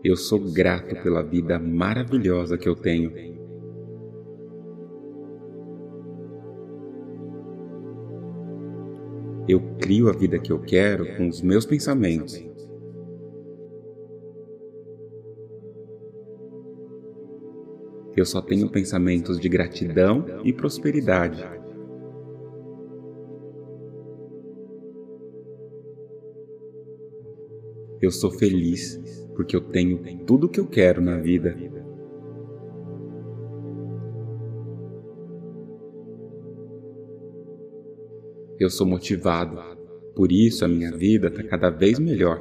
Eu sou grato pela vida maravilhosa que eu tenho. Eu crio a vida que eu quero com os meus pensamentos. Eu só tenho pensamentos de gratidão e prosperidade. Eu sou feliz porque eu tenho tudo o que eu quero na vida. Eu sou motivado, por isso a minha vida está cada vez melhor.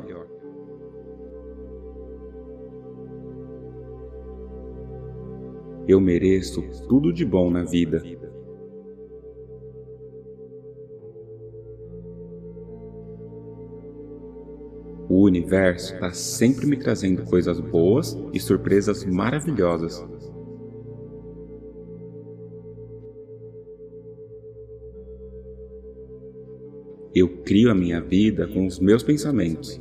Eu mereço tudo de bom na vida. O universo está sempre me trazendo coisas boas e surpresas maravilhosas. Eu crio a minha vida com os meus pensamentos.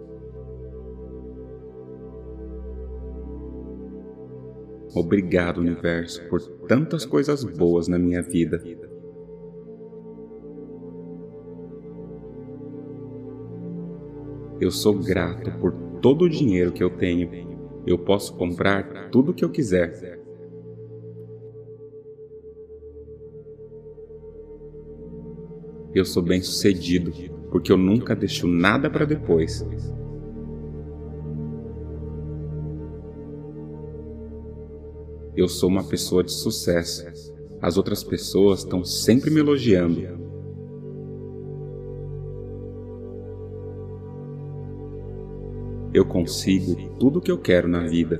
Obrigado, universo, por tantas coisas boas na minha vida. Eu sou grato por todo o dinheiro que eu tenho. Eu posso comprar tudo o que eu quiser. Eu sou bem-sucedido, porque eu nunca deixo nada para depois. Eu sou uma pessoa de sucesso. As outras pessoas estão sempre me elogiando. Eu consigo tudo o que eu quero na vida.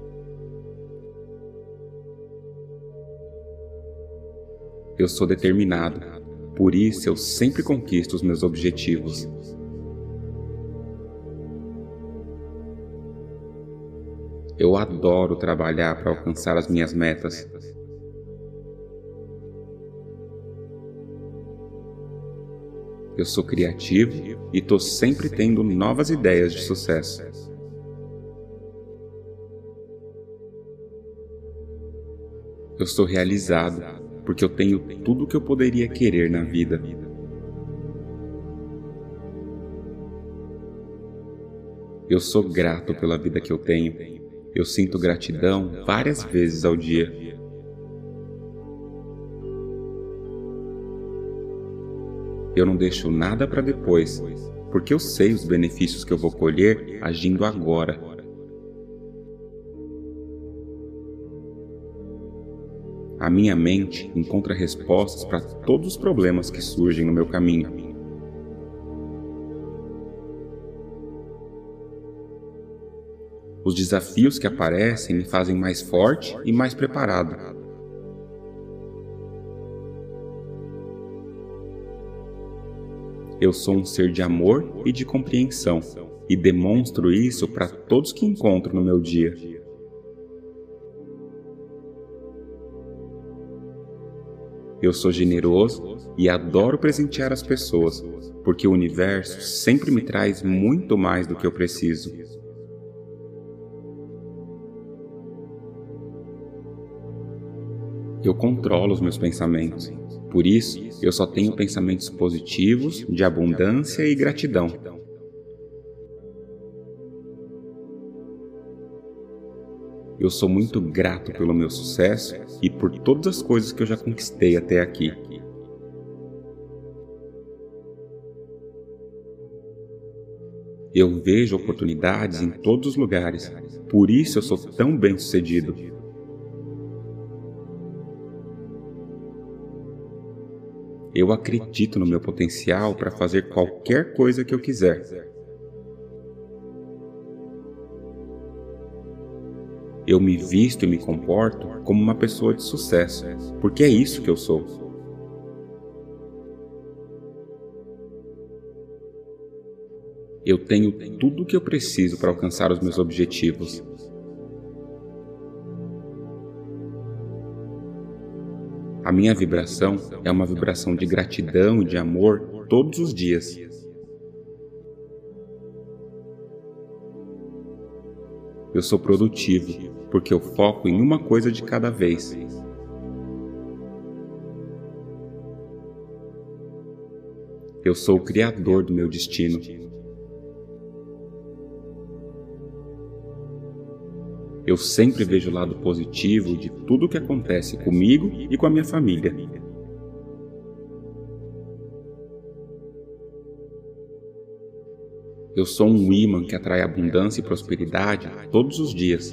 Eu sou determinado, por isso eu sempre conquisto os meus objetivos. Eu adoro trabalhar para alcançar as minhas metas. Eu sou criativo e estou sempre tendo novas ideias de sucesso. Eu sou realizado, porque eu tenho tudo o que eu poderia querer na vida. Eu sou grato pela vida que eu tenho. Eu sinto gratidão várias vezes ao dia. Eu não deixo nada para depois, porque eu sei os benefícios que eu vou colher agindo agora. A minha mente encontra respostas para todos os problemas que surgem no meu caminho. Os desafios que aparecem me fazem mais forte e mais preparado. Eu sou um ser de amor e de compreensão, e demonstro isso para todos que encontro no meu dia. Eu sou generoso e adoro presentear as pessoas, porque o universo sempre me traz muito mais do que eu preciso. Eu controlo os meus pensamentos, por isso eu só tenho pensamentos positivos, de abundância e gratidão. Eu sou muito grato pelo meu sucesso e por todas as coisas que eu já conquistei até aqui. Eu vejo oportunidades em todos os lugares, por isso eu sou tão bem-sucedido. Eu acredito no meu potencial para fazer qualquer coisa que eu quiser. Eu me visto e me comporto como uma pessoa de sucesso, porque é isso que eu sou. Eu tenho tudo o que eu preciso para alcançar os meus objetivos. A minha vibração é uma vibração de gratidão e de amor todos os dias. Eu sou produtivo, porque eu foco em uma coisa de cada vez. Eu sou o criador do meu destino. Eu sempre vejo o lado positivo de tudo o que acontece comigo e com a minha família. Eu sou um ímã que atrai abundância e prosperidade todos os dias.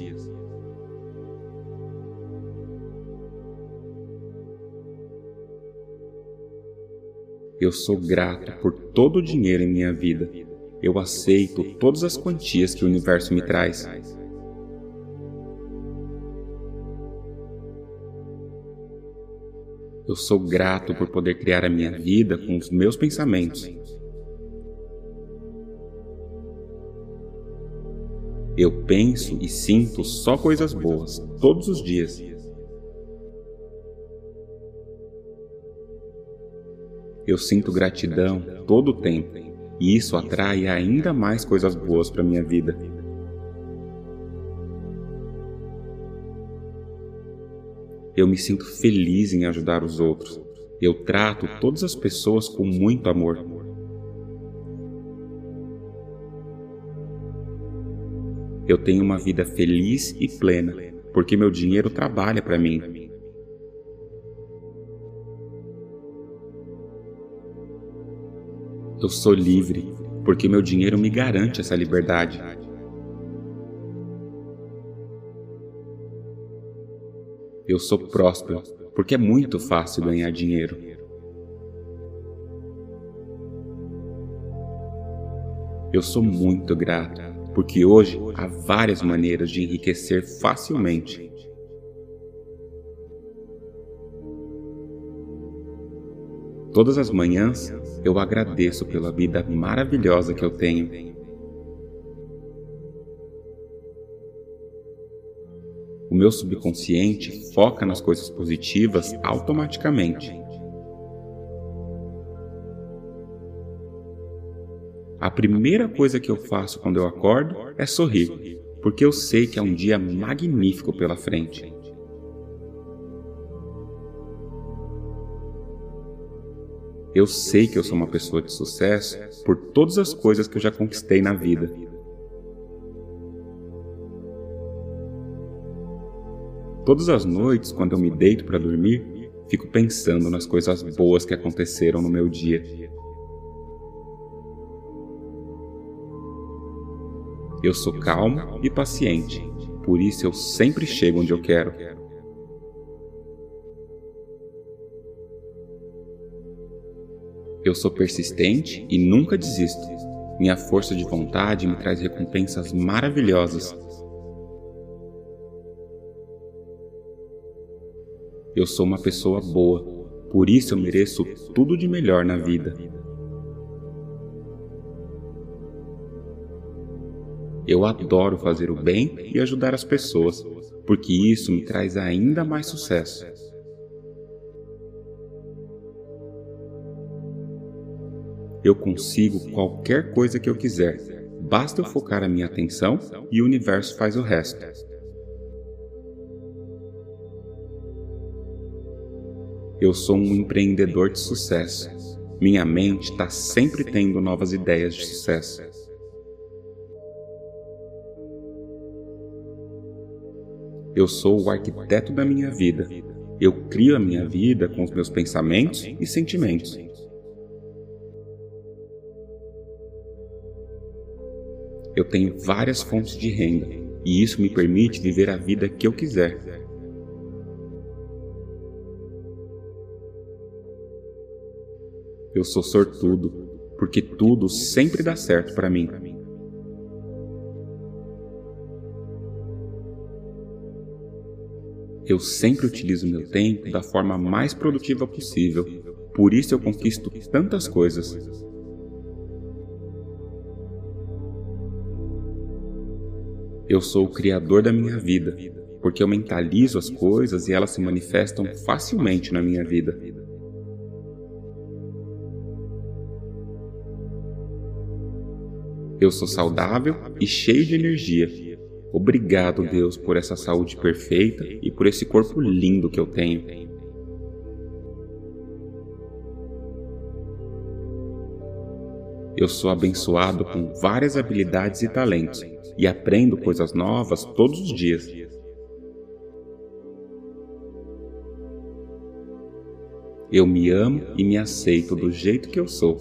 Eu sou grato por todo o dinheiro em minha vida. Eu aceito todas as quantias que o universo me traz. Eu sou grato por poder criar a minha vida com os meus pensamentos. Eu penso e sinto só coisas boas, todos os dias. Eu sinto gratidão todo o tempo, e isso atrai ainda mais coisas boas para minha vida. Eu me sinto feliz em ajudar os outros. Eu trato todas as pessoas com muito amor. Eu tenho uma vida feliz e plena, porque meu dinheiro trabalha para mim. Eu sou livre, porque meu dinheiro me garante essa liberdade. Eu sou próspero, porque é muito fácil ganhar dinheiro. Eu sou muito grato, porque hoje há várias maneiras de enriquecer facilmente. Todas as manhãs, eu agradeço pela vida maravilhosa que eu tenho. O meu subconsciente foca nas coisas positivas automaticamente. A primeira coisa que eu faço quando eu acordo é sorrir, porque eu sei que é um dia magnífico pela frente. Eu sei que eu sou uma pessoa de sucesso por todas as coisas que eu já conquistei na vida. Todas as noites, quando eu me deito para dormir, fico pensando nas coisas boas que aconteceram no meu dia. Eu sou calmo e paciente, por isso eu sempre chego onde eu quero. Eu sou persistente e nunca desisto. Minha força de vontade me traz recompensas maravilhosas. Eu sou uma pessoa boa, por isso eu mereço tudo de melhor na vida. Eu adoro fazer o bem e ajudar as pessoas, porque isso me traz ainda mais sucesso. Eu consigo qualquer coisa que eu quiser, basta eu focar a minha atenção e o universo faz o resto. Eu sou um empreendedor de sucesso. Minha mente está sempre tendo novas ideias de sucesso. Eu sou o arquiteto da minha vida. Eu crio a minha vida com os meus pensamentos e sentimentos. Eu tenho várias fontes de renda, e isso me permite viver a vida que eu quiser. Eu sou sortudo, porque tudo sempre dá certo para mim. Eu sempre utilizo meu tempo da forma mais produtiva possível, por isso eu conquisto tantas coisas. Eu sou o criador da minha vida, porque eu mentalizo as coisas e elas se manifestam facilmente na minha vida. Eu sou saudável e cheio de energia. Obrigado, Deus, por essa saúde perfeita e por esse corpo lindo que eu tenho. Eu sou abençoado com várias habilidades e talentos e aprendo coisas novas todos os dias. Eu me amo e me aceito do jeito que eu sou.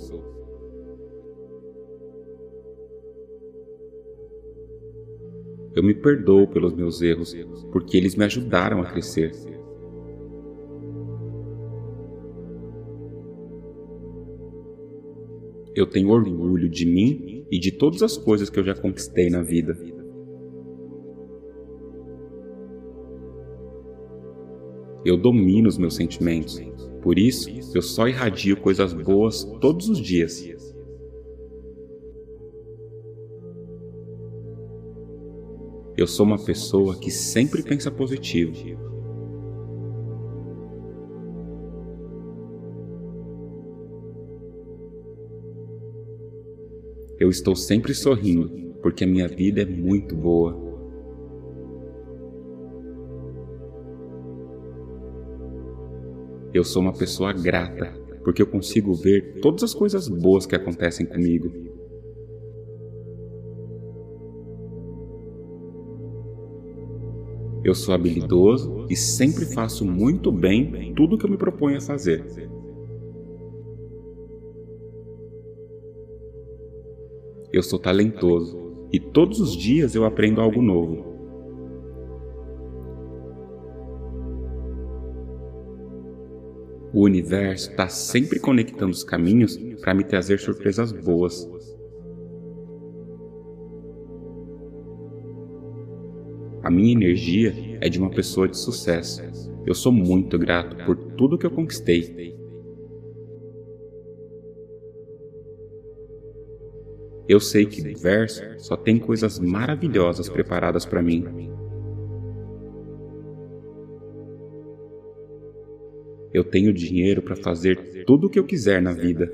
Eu me perdoo pelos meus erros, porque eles me ajudaram a crescer. Eu tenho orgulho de mim e de todas as coisas que eu já conquistei na vida. Eu domino os meus sentimentos, por isso eu só irradio coisas boas todos os dias. Eu sou uma pessoa que sempre pensa positivo. Eu estou sempre sorrindo, porque a minha vida é muito boa. Eu sou uma pessoa grata, porque eu consigo ver todas as coisas boas que acontecem comigo. Eu sou habilidoso e sempre faço muito bem tudo que eu me proponho a fazer. Eu sou talentoso e todos os dias eu aprendo algo novo. O universo está sempre conectando os caminhos para me trazer surpresas boas. A minha energia é de uma pessoa de sucesso. Eu sou muito grato por tudo que eu conquistei. Eu sei que o universo só tem coisas maravilhosas preparadas para mim. Eu tenho dinheiro para fazer tudo o que eu quiser na vida.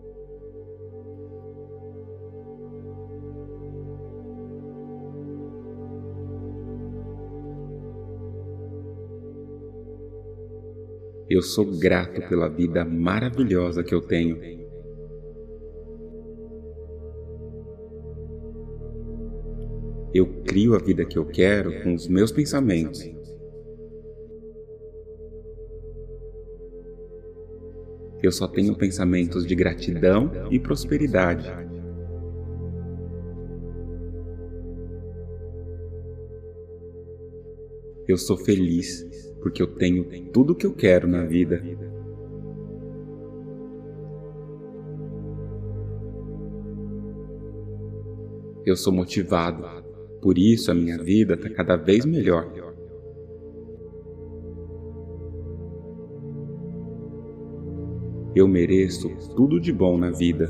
Eu sou grato pela vida maravilhosa que eu tenho. Eu crio a vida que eu quero com os meus pensamentos. Eu só tenho pensamentos de gratidão e prosperidade. Eu sou feliz porque eu tenho tudo o que eu quero na vida. Eu sou motivado, por isso a minha vida está cada vez melhor. Eu mereço tudo de bom na vida.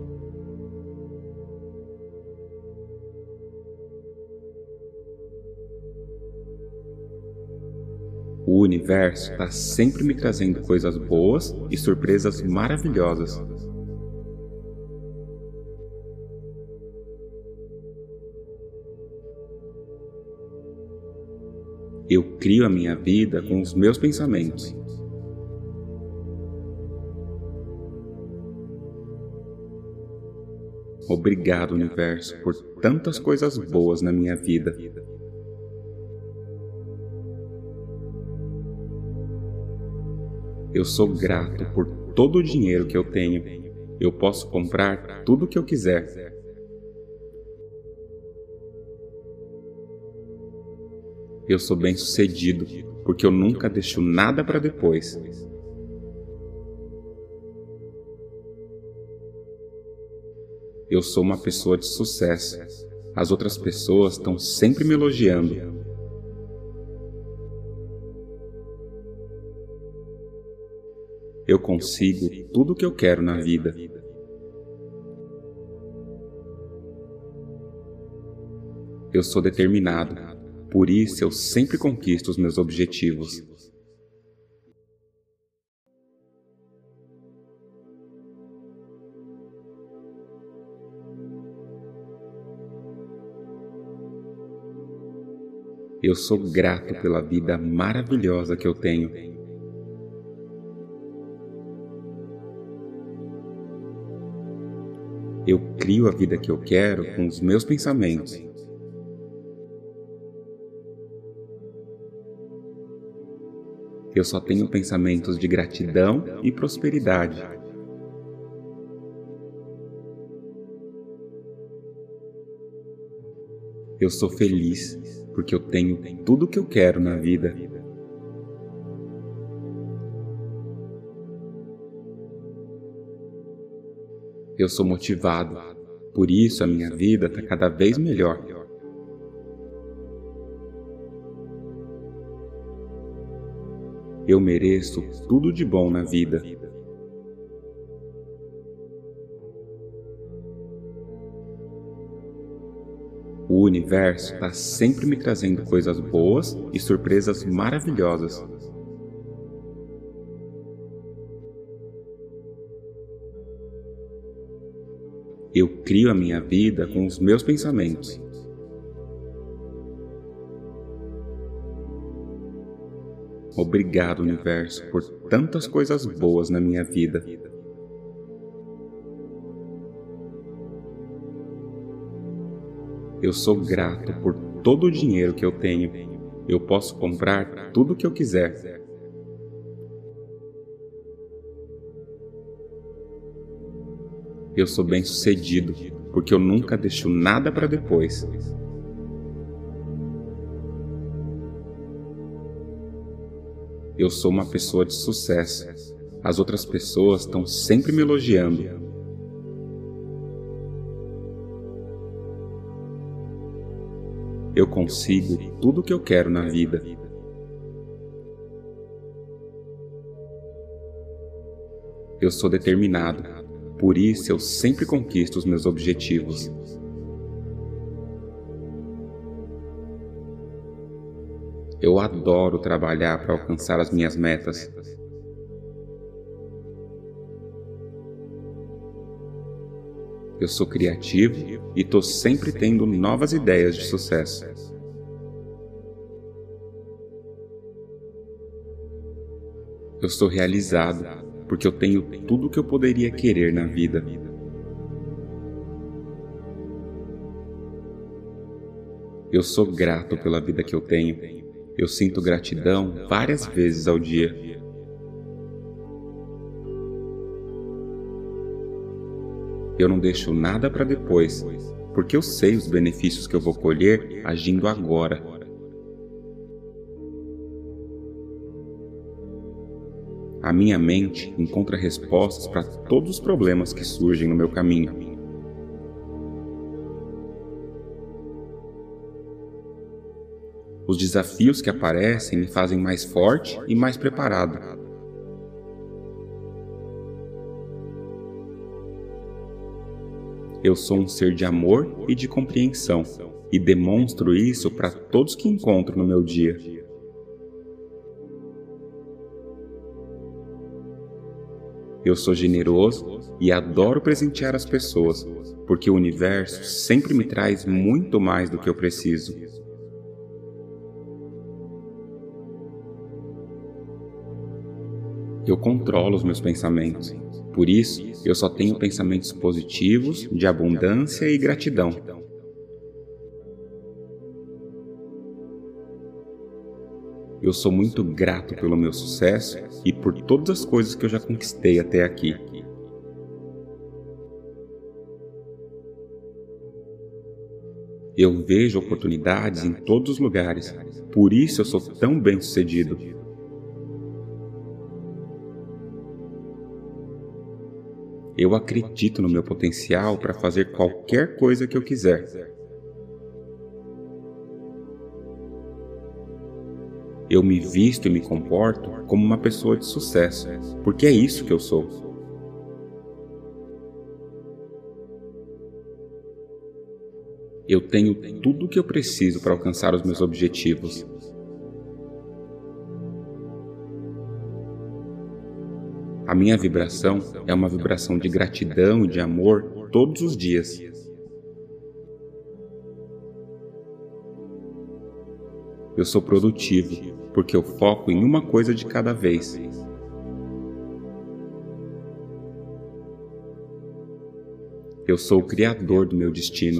O universo está sempre me trazendo coisas boas e surpresas maravilhosas. Eu crio a minha vida com os meus pensamentos. Obrigado, universo, por tantas coisas boas na minha vida. Eu sou grato por todo o dinheiro que eu tenho. Eu posso comprar tudo o que eu quiser. Eu sou bem-sucedido, porque eu nunca deixo nada para depois. Eu sou uma pessoa de sucesso. As outras pessoas estão sempre me elogiando. Eu consigo tudo o que eu quero na vida. Eu sou determinado, por isso eu sempre conquisto os meus objetivos. Eu sou grato pela vida maravilhosa que eu tenho. Eu crio a vida que eu quero com os meus pensamentos. Eu só tenho pensamentos de gratidão e prosperidade. Eu sou feliz porque eu tenho tudo o que eu quero na vida. Eu sou motivado, por isso a minha vida está cada vez melhor. Eu mereço tudo de bom na vida. O universo está sempre me trazendo coisas boas e surpresas maravilhosas. Eu crio a minha vida com os meus pensamentos. Obrigado, universo, por tantas coisas boas na minha vida. Eu sou grato por todo o dinheiro que eu tenho. Eu posso comprar tudo o que eu quiser. Eu sou bem-sucedido, porque eu nunca deixo nada para depois. Eu sou uma pessoa de sucesso. As outras pessoas estão sempre me elogiando. Eu consigo tudo o que eu quero na vida. Eu sou determinado, por isso eu sempre conquisto os meus objetivos. Eu adoro trabalhar para alcançar as minhas metas. Eu sou criativo e estou sempre tendo novas ideias de sucesso. Eu sou realizado porque eu tenho tudo o que eu poderia querer na vida. Eu sou grato pela vida que eu tenho. Eu sinto gratidão várias vezes ao dia. Eu não deixo nada para depois, porque eu sei os benefícios que eu vou colher agindo agora. A minha mente encontra respostas para todos os problemas que surgem no meu caminho. Os desafios que aparecem me fazem mais forte e mais preparado. Eu sou um ser de amor e de compreensão, e demonstro isso para todos que encontro no meu dia. Eu sou generoso e adoro presentear as pessoas, porque o universo sempre me traz muito mais do que eu preciso. Eu controlo os meus pensamentos, por isso eu só tenho pensamentos positivos, de abundância e gratidão. Eu sou muito grato pelo meu sucesso e por todas as coisas que eu já conquistei até aqui. Eu vejo oportunidades em todos os lugares, por isso eu sou tão bem-sucedido. Eu acredito no meu potencial para fazer qualquer coisa que eu quiser. Eu me visto e me comporto como uma pessoa de sucesso, porque é isso que eu sou. Eu tenho tudo o que eu preciso para alcançar os meus objetivos. A minha vibração é uma vibração de gratidão e de amor todos os dias. Eu sou produtivo, porque eu foco em uma coisa de cada vez. Eu sou o criador do meu destino.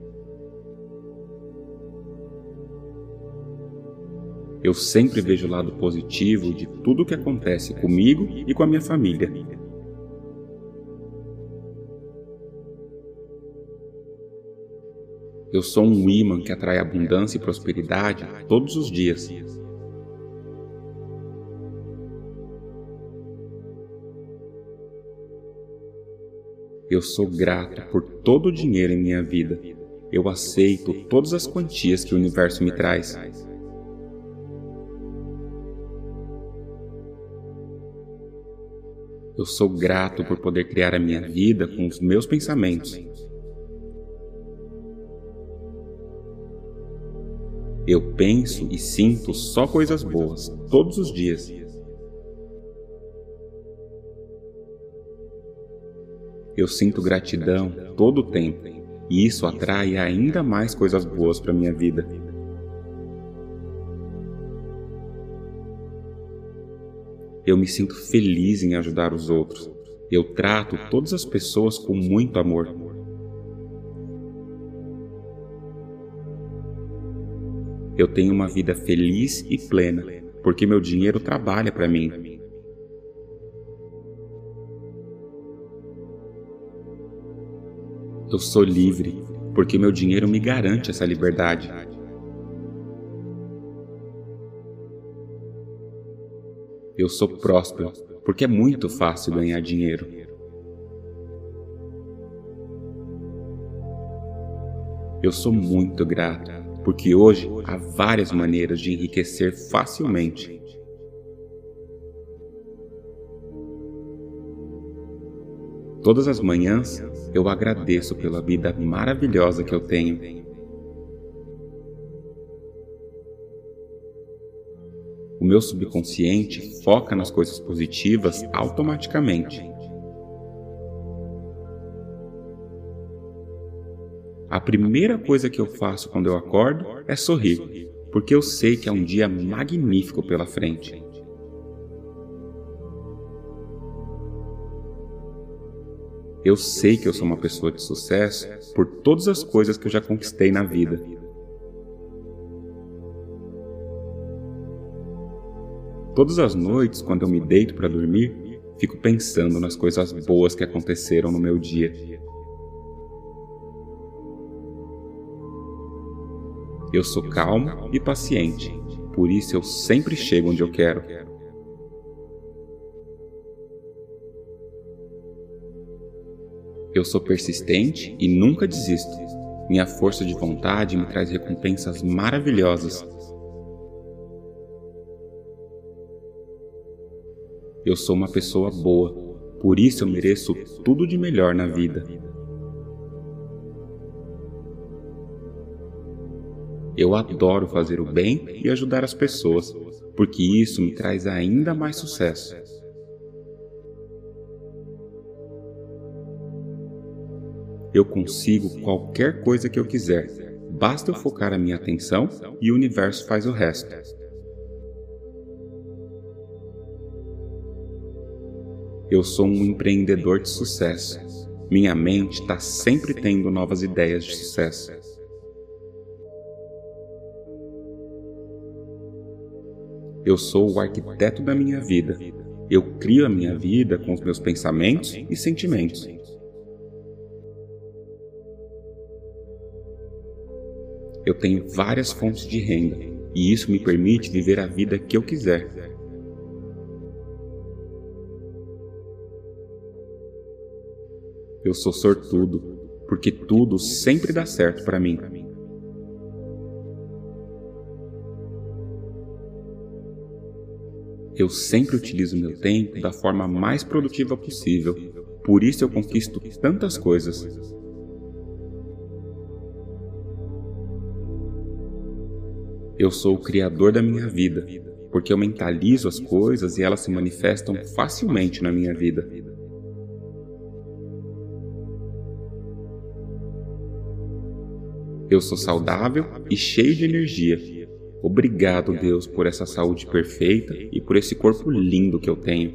Eu sempre vejo o lado positivo de tudo o que acontece comigo e com a minha família. Eu sou um ímã que atrai abundância e prosperidade todos os dias. Eu sou grato por todo o dinheiro em minha vida. Eu aceito todas as quantias que o universo me traz. Eu sou grato por poder criar a minha vida com os meus pensamentos. Eu penso e sinto só coisas boas, todos os dias. Eu sinto gratidão todo o tempo, e isso atrai ainda mais coisas boas para minha vida. Eu me sinto feliz em ajudar os outros. Eu trato todas as pessoas com muito amor. Eu tenho uma vida feliz e plena, porque meu dinheiro trabalha para mim. Eu sou livre, porque meu dinheiro me garante essa liberdade. Eu sou próspero, porque é muito fácil ganhar dinheiro. Eu sou muito grato, porque hoje há várias maneiras de enriquecer facilmente. Todas as manhãs, eu agradeço pela vida maravilhosa que eu tenho. O meu subconsciente foca nas coisas positivas automaticamente. A primeira coisa que eu faço quando eu acordo é sorrir, porque eu sei que é um dia magnífico pela frente. Eu sei que eu sou uma pessoa de sucesso por todas as coisas que eu já conquistei na vida. Todas as noites, quando eu me deito para dormir, fico pensando nas coisas boas que aconteceram no meu dia. Eu sou calmo e paciente, por isso eu sempre chego onde eu quero. Eu sou persistente e nunca desisto. Minha força de vontade me traz recompensas maravilhosas. Eu sou uma pessoa boa, por isso eu mereço tudo de melhor na vida. Eu adoro fazer o bem e ajudar as pessoas, porque isso me traz ainda mais sucesso. Eu consigo qualquer coisa que eu quiser, basta eu focar a minha atenção e o universo faz o resto. Eu sou um empreendedor de sucesso. Minha mente está sempre tendo novas ideias de sucesso. Eu sou o arquiteto da minha vida. Eu crio a minha vida com os meus pensamentos e sentimentos. Eu tenho várias fontes de renda, e isso me permite viver a vida que eu quiser. Eu sou sortudo, porque tudo sempre dá certo para mim. Eu sempre utilizo meu tempo da forma mais produtiva possível, por isso eu conquisto tantas coisas. Eu sou o criador da minha vida, porque eu mentalizo as coisas e elas se manifestam facilmente na minha vida. Eu sou saudável e cheio de energia. Obrigado, Deus, por essa saúde perfeita e por esse corpo lindo que eu tenho.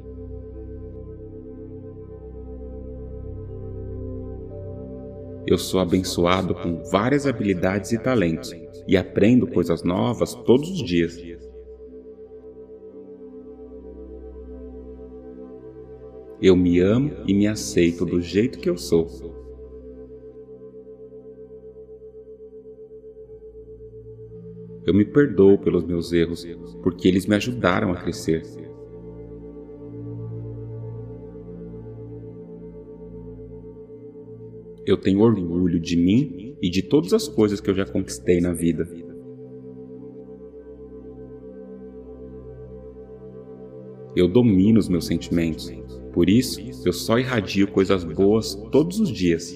Eu sou abençoado com várias habilidades e talentos e aprendo coisas novas todos os dias. Eu me amo e me aceito do jeito que eu sou. Eu me perdoo pelos meus erros, porque eles me ajudaram a crescer. Eu tenho orgulho de mim e de todas as coisas que eu já conquistei na vida. Eu domino os meus sentimentos, por isso eu só irradio coisas boas todos os dias.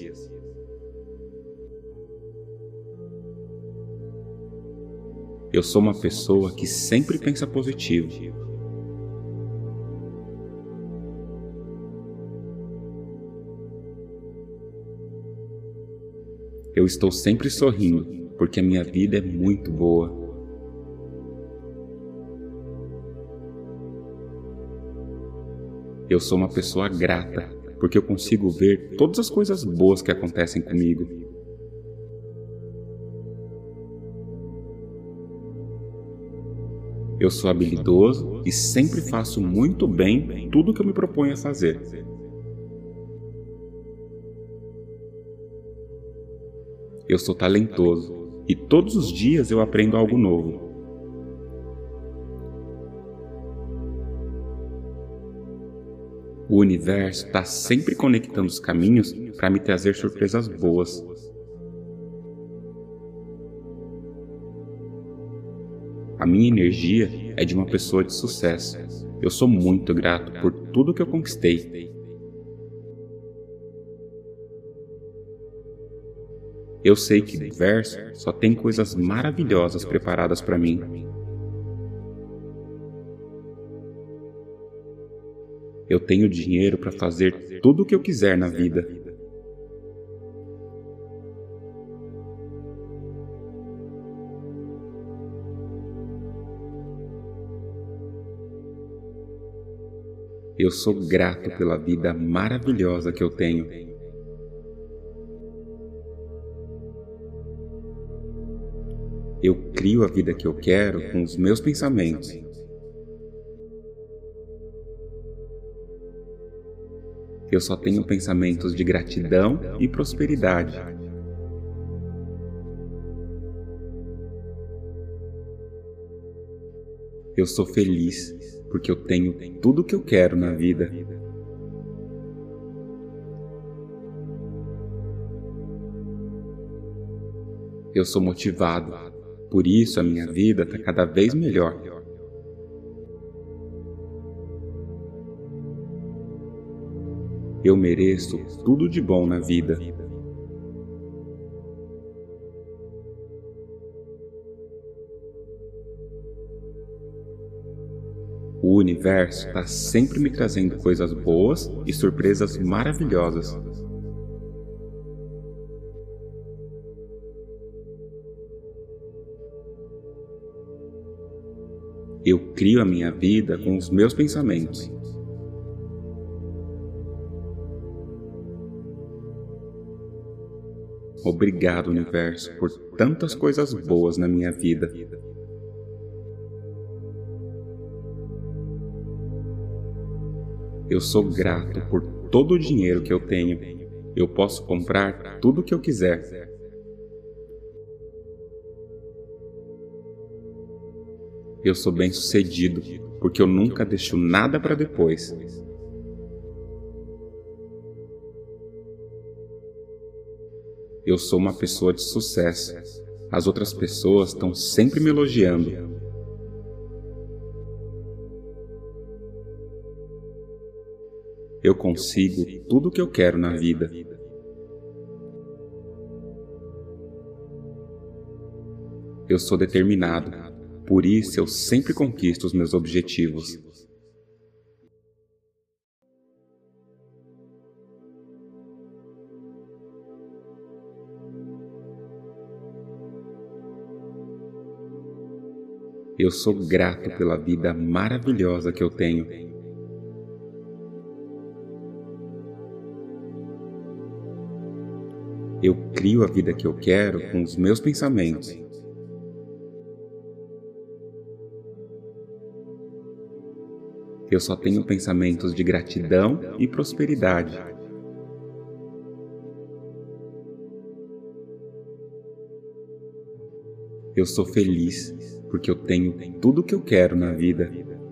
Eu sou uma pessoa que sempre pensa positivo. Eu estou sempre sorrindo, porque a minha vida é muito boa. Eu sou uma pessoa grata, porque eu consigo ver todas as coisas boas que acontecem comigo. Eu sou habilidoso e sempre faço muito bem tudo que eu me proponho a fazer. Eu sou talentoso e todos os dias eu aprendo algo novo. O universo está sempre conectando os caminhos para me trazer surpresas boas. A minha energia é de uma pessoa de sucesso. Eu sou muito grato por tudo que eu conquistei. Eu sei que o universo só tem coisas maravilhosas preparadas para mim. Eu tenho dinheiro para fazer tudo o que eu quiser na vida. Eu sou grato pela vida maravilhosa que eu tenho. Eu crio a vida que eu quero com os meus pensamentos. Eu só tenho pensamentos de gratidão e prosperidade. Eu sou feliz porque eu tenho tudo o que eu quero na vida. Eu sou motivado, por isso a minha vida está cada vez melhor. Eu mereço tudo de bom na vida. O universo está sempre me trazendo coisas boas e surpresas maravilhosas. Eu crio a minha vida com os meus pensamentos. Obrigado, universo, por tantas coisas boas na minha vida. Eu sou grato por todo o dinheiro que eu tenho. Eu posso comprar tudo o que eu quiser. Eu sou bem-sucedido, porque eu nunca deixo nada para depois. Eu sou uma pessoa de sucesso. As outras pessoas estão sempre me elogiando. Eu consigo tudo o que eu quero na vida. Eu sou determinado, por isso eu sempre conquisto os meus objetivos. Eu sou grato pela vida maravilhosa que eu tenho. Eu crio a vida que eu quero com os meus pensamentos. Eu só tenho pensamentos de gratidão e prosperidade. Eu sou feliz porque eu tenho tudo o que eu quero na vida.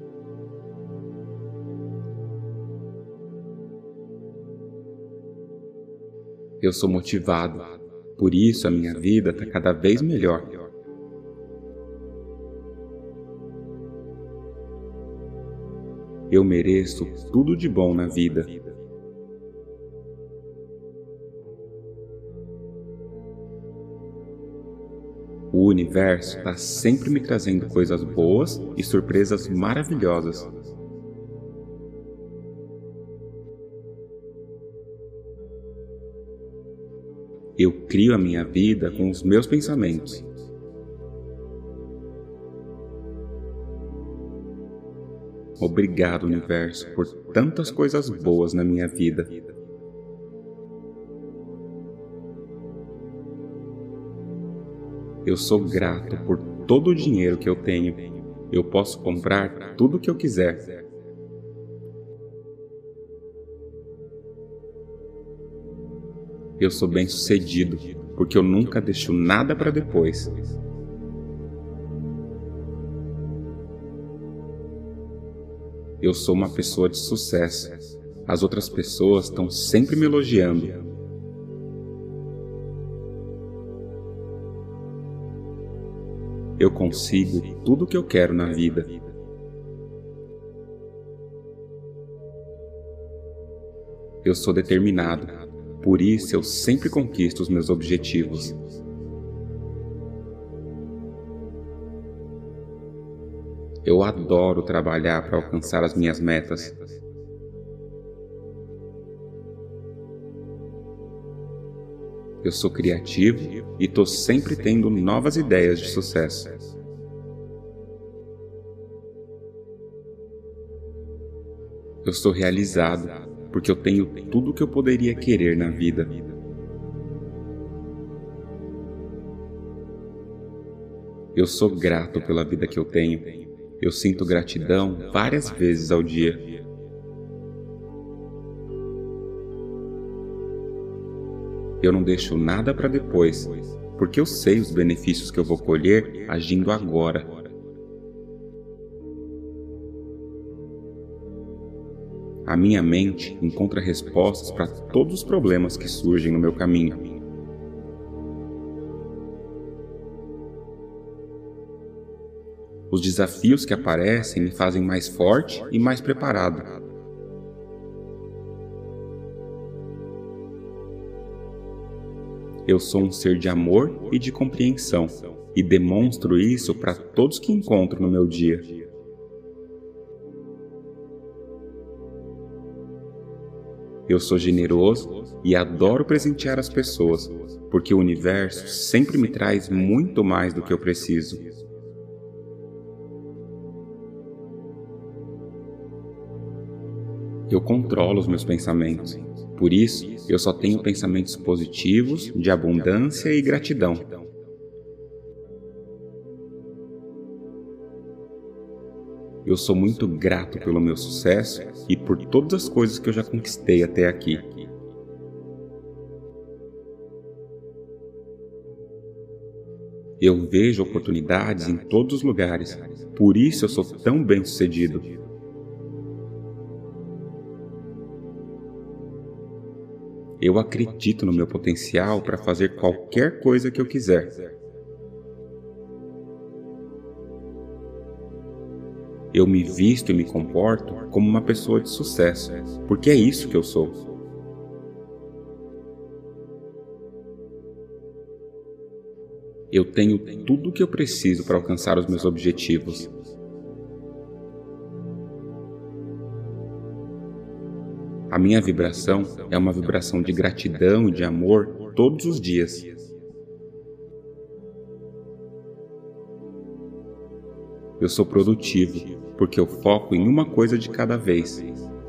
Eu sou motivado, por isso a minha vida está cada vez melhor. Eu mereço tudo de bom na vida. O universo está sempre me trazendo coisas boas e surpresas maravilhosas. Eu crio a minha vida com os meus pensamentos. Obrigado, universo, por tantas coisas boas na minha vida. Eu sou grato por todo o dinheiro que eu tenho. Eu posso comprar tudo o que eu quiser. Eu sou bem-sucedido, porque eu nunca deixo nada para depois. Eu sou uma pessoa de sucesso. As outras pessoas estão sempre me elogiando. Eu consigo tudo o que eu quero na vida. Eu sou determinado, por isso eu sempre conquisto os meus objetivos. Eu adoro trabalhar para alcançar as minhas metas. Eu sou criativo e estou sempre tendo novas ideias de sucesso. Eu sou realizado porque eu tenho tudo o que eu poderia querer na vida. Eu sou grato pela vida que eu tenho. Eu sinto gratidão várias vezes ao dia. Eu não deixo nada para depois, porque eu sei os benefícios que eu vou colher agindo agora. A minha mente encontra respostas para todos os problemas que surgem no meu caminho. Os desafios que aparecem me fazem mais forte e mais preparado. Eu sou um ser de amor e de compreensão, e demonstro isso para todos que encontro no meu dia. Eu sou generoso e adoro presentear as pessoas, porque o universo sempre me traz muito mais do que eu preciso. Eu controlo os meus pensamentos, por isso eu só tenho pensamentos positivos, de abundância e gratidão. Eu sou muito grato pelo meu sucesso e por todas as coisas que eu já conquistei até aqui. Eu vejo oportunidades em todos os lugares, por isso eu sou tão bem-sucedido. Eu acredito no meu potencial para fazer qualquer coisa que eu quiser. Eu me visto e me comporto como uma pessoa de sucesso, porque é isso que eu sou. Eu tenho tudo o que eu preciso para alcançar os meus objetivos. A minha vibração é uma vibração de gratidão e de amor todos os dias. Eu sou produtivo, porque eu foco em uma coisa de cada vez.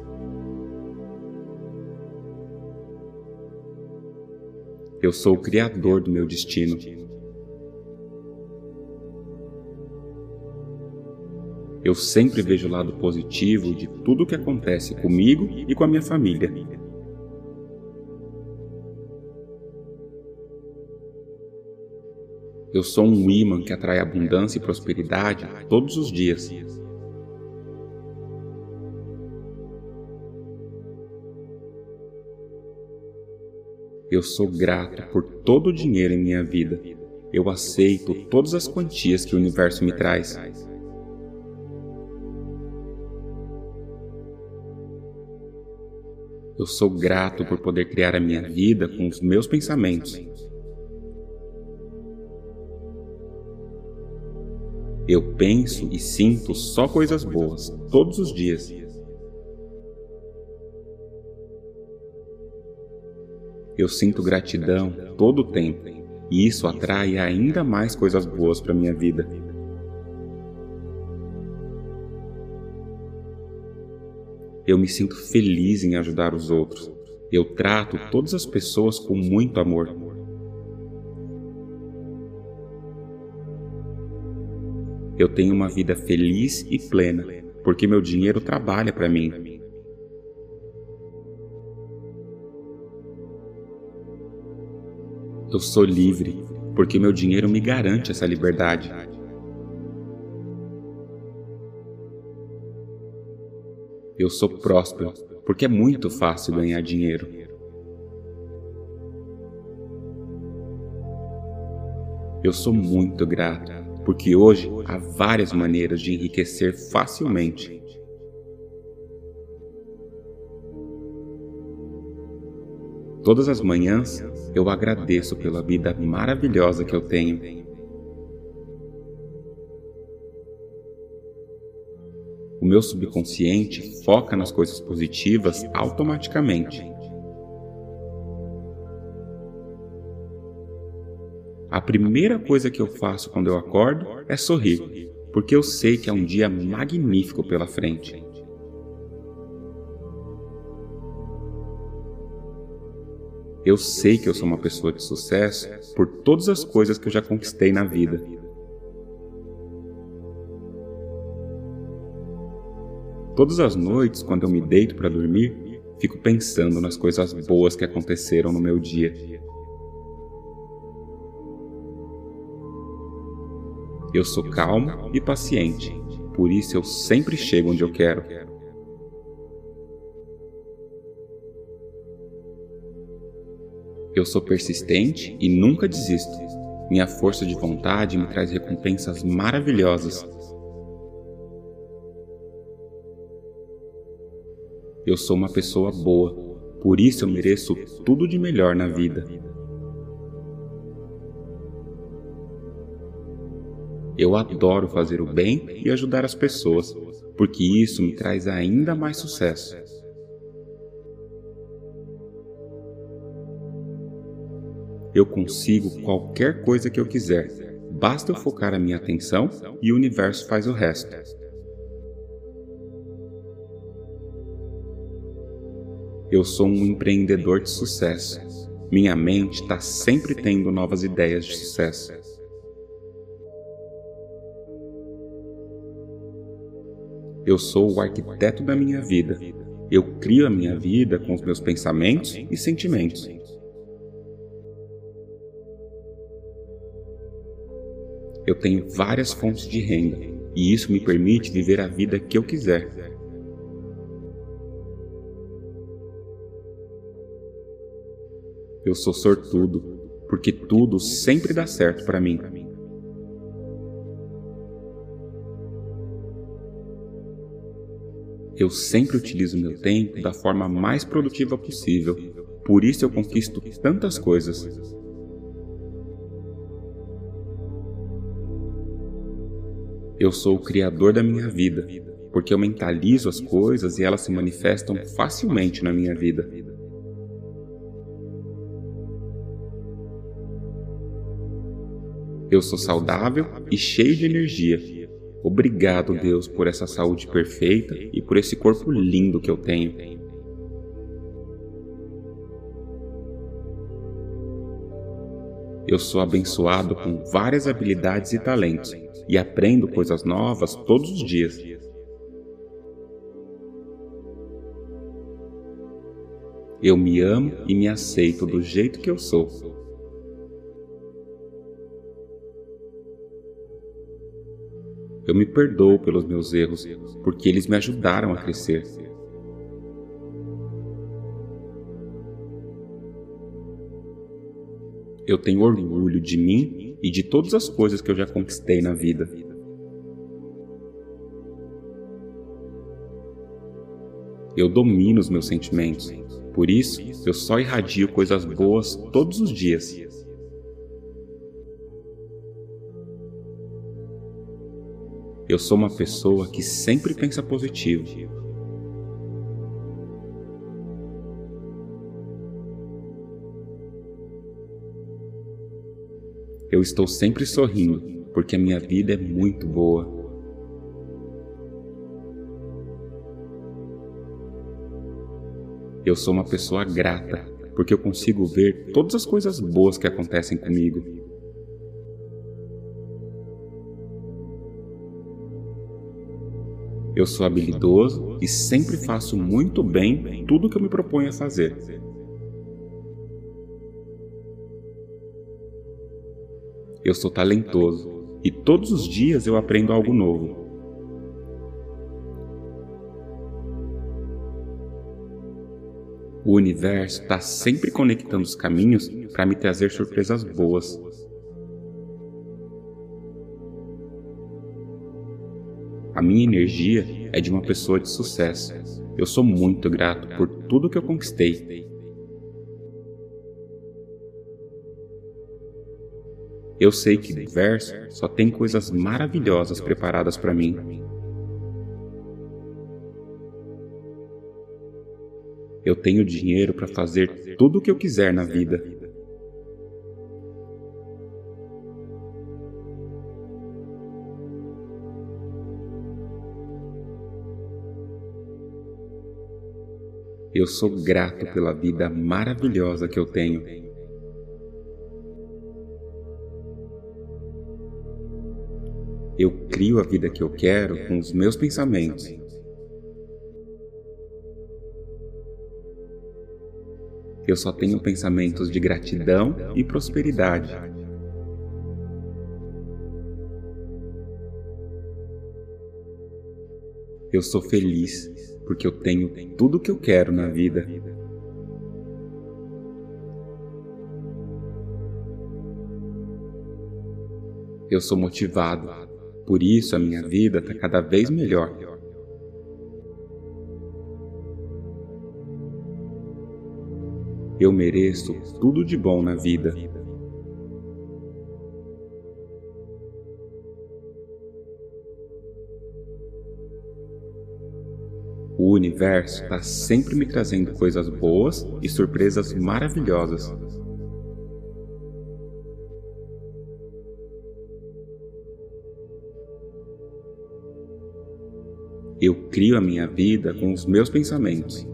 Eu sou o criador do meu destino. Eu sempre vejo o lado positivo de tudo o que acontece comigo e com a minha família. Eu sou um ímã que atrai abundância e prosperidade todos os dias. Eu sou grato por todo o dinheiro em minha vida. Eu aceito todas as quantias que o universo me traz. Eu sou grato por poder criar a minha vida com os meus pensamentos. Eu penso e sinto só coisas boas, todos os dias. Eu sinto gratidão todo o tempo, e isso atrai ainda mais coisas boas para minha vida. Eu me sinto feliz em ajudar os outros. Eu trato todas as pessoas com muito amor. Eu tenho uma vida feliz e plena, porque meu dinheiro trabalha para mim. Eu sou livre, porque meu dinheiro me garante essa liberdade. Eu sou próspero, porque é muito fácil ganhar dinheiro. Eu sou muito grato, porque hoje há várias maneiras de enriquecer facilmente. Todas as manhãs eu agradeço pela vida maravilhosa que eu tenho. O meu subconsciente foca nas coisas positivas automaticamente. A primeira coisa que eu faço quando eu acordo é sorrir, porque eu sei que é um dia magnífico pela frente. Eu sei que eu sou uma pessoa de sucesso por todas as coisas que eu já conquistei na vida. Todas as noites, quando eu me deito para dormir, fico pensando nas coisas boas que aconteceram no meu dia. Eu sou calmo e paciente, por isso eu sempre chego onde eu quero. Eu sou persistente e nunca desisto. Minha força de vontade me traz recompensas maravilhosas. Eu sou uma pessoa boa, por isso eu mereço tudo de melhor na vida. Eu adoro fazer o bem e ajudar as pessoas, porque isso me traz ainda mais sucesso. Eu consigo qualquer coisa que eu quiser, basta eu focar a minha atenção e o universo faz o resto. Eu sou um empreendedor de sucesso. Minha mente está sempre tendo novas ideias de sucesso. Eu sou o arquiteto da minha vida. Eu crio a minha vida com os meus pensamentos e sentimentos. Eu tenho várias fontes de renda, e isso me permite viver a vida que eu quiser. Eu sou sortudo, porque tudo sempre dá certo para mim. Eu sempre utilizo meu tempo da forma mais produtiva possível, por isso eu conquisto tantas coisas. Eu sou o criador da minha vida, porque eu mentalizo as coisas e elas se manifestam facilmente na minha vida. Eu sou saudável e cheio de energia. Obrigado, Deus, por essa saúde perfeita e por esse corpo lindo que eu tenho. Eu sou abençoado com várias habilidades e talentos e aprendo coisas novas todos os dias. Eu me amo e me aceito do jeito que eu sou. Eu me perdoo pelos meus erros, porque eles me ajudaram a crescer. Eu tenho orgulho de mim e de todas as coisas que eu já conquistei na vida. Eu domino os meus sentimentos, por isso eu só irradio coisas boas todos os dias. Eu sou uma pessoa que sempre pensa positivo. Eu estou sempre sorrindo, porque a minha vida é muito boa. Eu sou uma pessoa grata, porque eu consigo ver todas as coisas boas que acontecem comigo. Eu sou habilidoso e sempre faço muito bem tudo que eu me proponho a fazer. Eu sou talentoso e todos os dias eu aprendo algo novo. O universo está sempre conectando os caminhos para me trazer surpresas boas. A minha energia é de uma pessoa de sucesso. Eu sou muito grato por tudo que eu conquistei. Eu sei que o universo só tem coisas maravilhosas preparadas para mim. Eu tenho dinheiro para fazer tudo o que eu quiser na vida. Eu sou grato pela vida maravilhosa que eu tenho. Eu crio a vida que eu quero com os meus pensamentos. Eu só tenho pensamentos de gratidão e prosperidade. Eu sou feliz porque eu tenho tudo o que eu quero na vida. Eu sou motivado, por isso a minha vida está cada vez melhor. Eu mereço tudo de bom na vida. O universo está sempre me trazendo coisas boas e surpresas maravilhosas. Eu crio a minha vida com os meus pensamentos.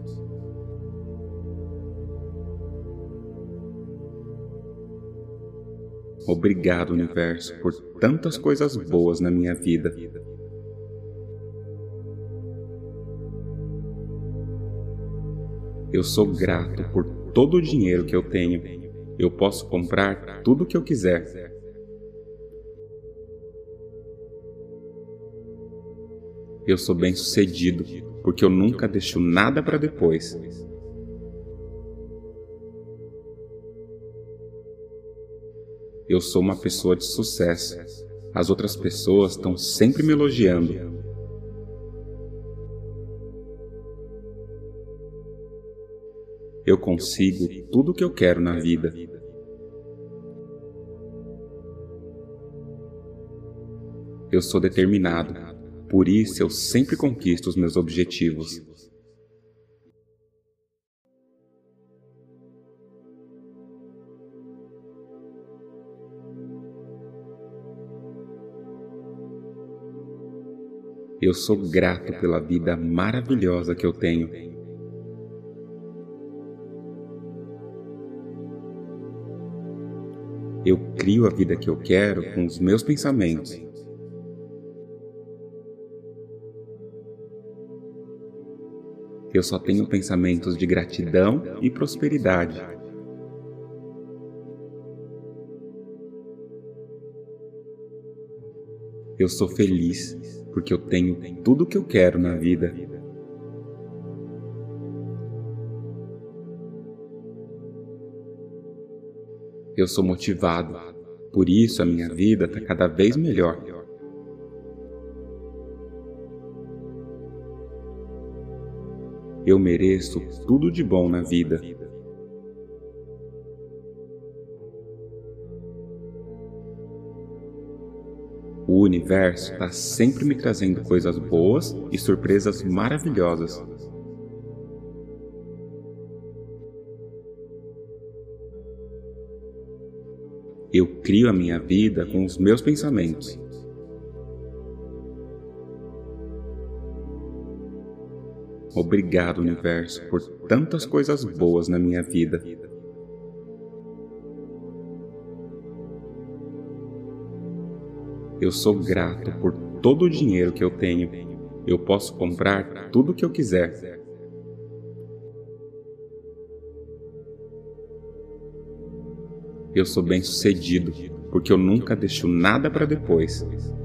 Obrigado, universo, por tantas coisas boas na minha vida. Eu sou grato por todo o dinheiro que eu tenho. Eu posso comprar tudo o que eu quiser. Eu sou bem-sucedido, porque eu nunca deixo nada para depois. Eu sou uma pessoa de sucesso. As outras pessoas estão sempre me elogiando. Eu consigo tudo o que eu quero na vida. Eu sou determinado, por isso eu sempre conquisto os meus objetivos. Eu sou grato pela vida maravilhosa que eu tenho. Eu crio a vida que eu quero com os meus pensamentos. Eu só tenho pensamentos de gratidão e prosperidade. Eu sou feliz porque eu tenho tudo o que eu quero na vida. Eu sou motivado, por isso a minha vida está cada vez melhor. Eu mereço tudo de bom na vida. O universo está sempre me trazendo coisas boas e surpresas maravilhosas. Eu crio a minha vida com os meus pensamentos. Obrigado, universo, por tantas coisas boas na minha vida. Eu sou grato por todo o dinheiro que eu tenho. Eu posso comprar tudo o que eu quiser. Eu sou bem-sucedido, porque eu nunca deixo nada para depois.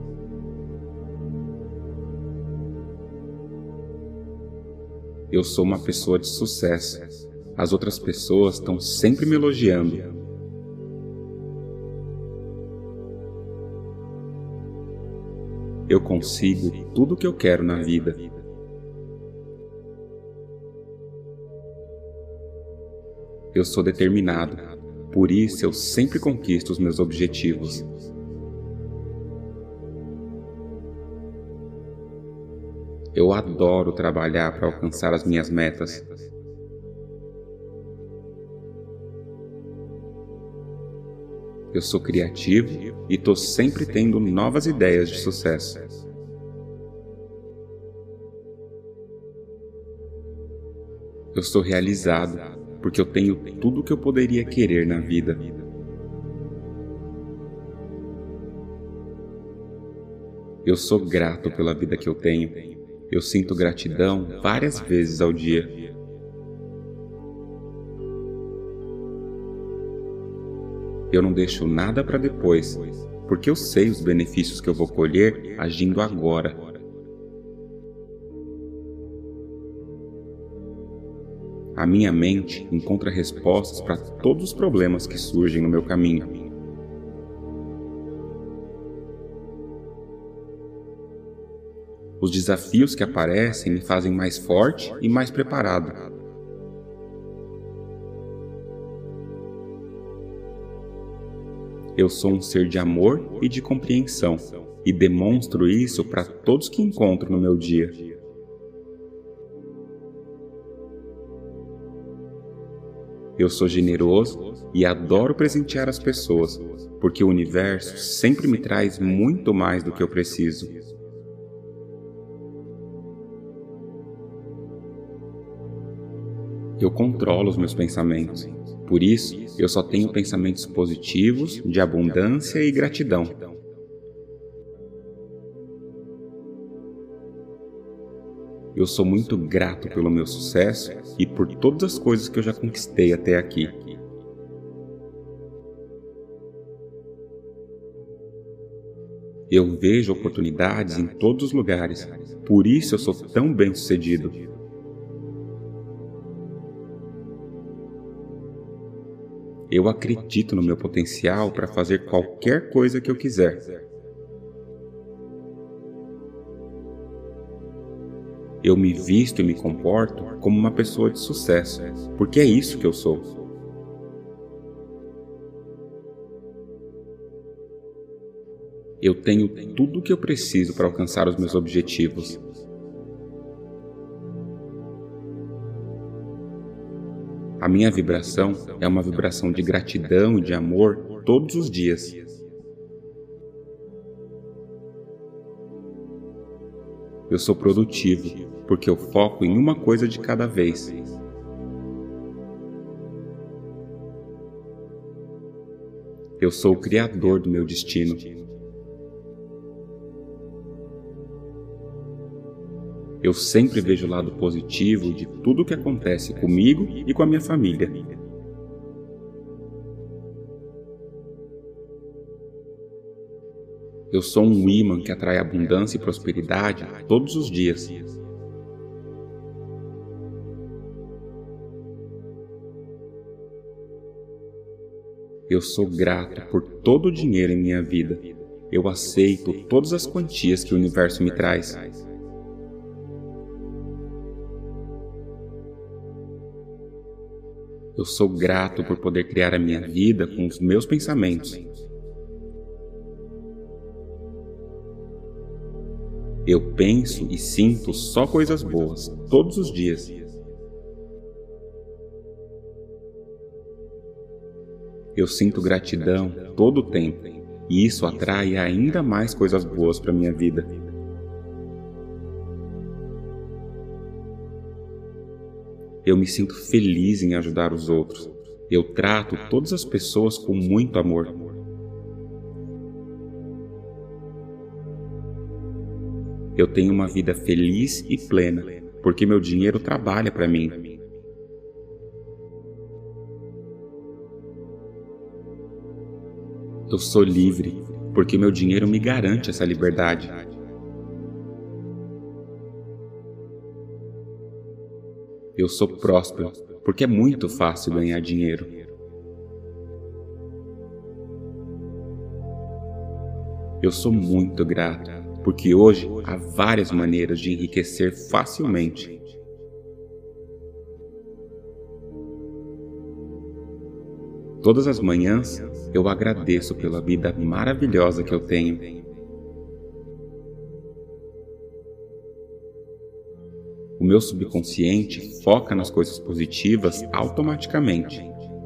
Eu sou uma pessoa de sucesso. As outras pessoas estão sempre me elogiando. Eu consigo tudo o que eu quero na vida. Eu sou determinado, por isso eu sempre conquisto os meus objetivos. Eu adoro trabalhar para alcançar as minhas metas. Eu sou criativo e estou sempre tendo novas ideias de sucesso. Eu sou realizado porque eu tenho tudo o que eu poderia querer na vida. Eu sou grato pela vida que eu tenho. Eu sinto gratidão várias vezes ao dia. Eu não deixo nada para depois, porque eu sei os benefícios que eu vou colher agindo agora. A minha mente encontra respostas para todos os problemas que surgem no meu caminho. Os desafios que aparecem me fazem mais forte e mais preparado. Eu sou um ser de amor e de compreensão, e demonstro isso para todos que encontro no meu dia. Eu sou generoso e adoro presentear as pessoas, porque o universo sempre me traz muito mais do que eu preciso. Eu controlo os meus pensamentos, por isso eu só tenho pensamentos positivos, de abundância e gratidão. Eu sou muito grato pelo meu sucesso e por todas as coisas que eu já conquistei até aqui. Eu vejo oportunidades em todos os lugares, por isso eu sou tão bem-sucedido. Eu acredito no meu potencial para fazer qualquer coisa que eu quiser. Eu me visto e me comporto como uma pessoa de sucesso, porque é isso que eu sou. Eu tenho tudo o que eu preciso para alcançar os meus objetivos. A minha vibração é uma vibração de gratidão e de amor todos os dias. Eu sou produtivo, porque eu foco em uma coisa de cada vez. Eu sou o criador do meu destino. Eu sempre vejo o lado positivo de tudo o que acontece comigo e com a minha família. Eu sou um ímã que atrai abundância e prosperidade todos os dias. Eu sou grato por todo o dinheiro em minha vida. Eu aceito todas as quantias que o universo me traz. Eu sou grato por poder criar a minha vida com os meus pensamentos. Eu penso e sinto só coisas boas, todos os dias. Eu sinto gratidão todo o tempo, e isso atrai ainda mais coisas boas para minha vida. Eu me sinto feliz em ajudar os outros. Eu trato todas as pessoas com muito amor. Eu tenho uma vida feliz e plena, porque meu dinheiro trabalha para mim. Eu sou livre, porque meu dinheiro me garante essa liberdade. Eu sou próspero, porque é muito fácil ganhar dinheiro. Eu sou muito grato, porque hoje há várias maneiras de enriquecer facilmente. Todas as manhãs, eu agradeço pela vida maravilhosa que eu tenho. O meu subconsciente foca nas coisas positivas automaticamente.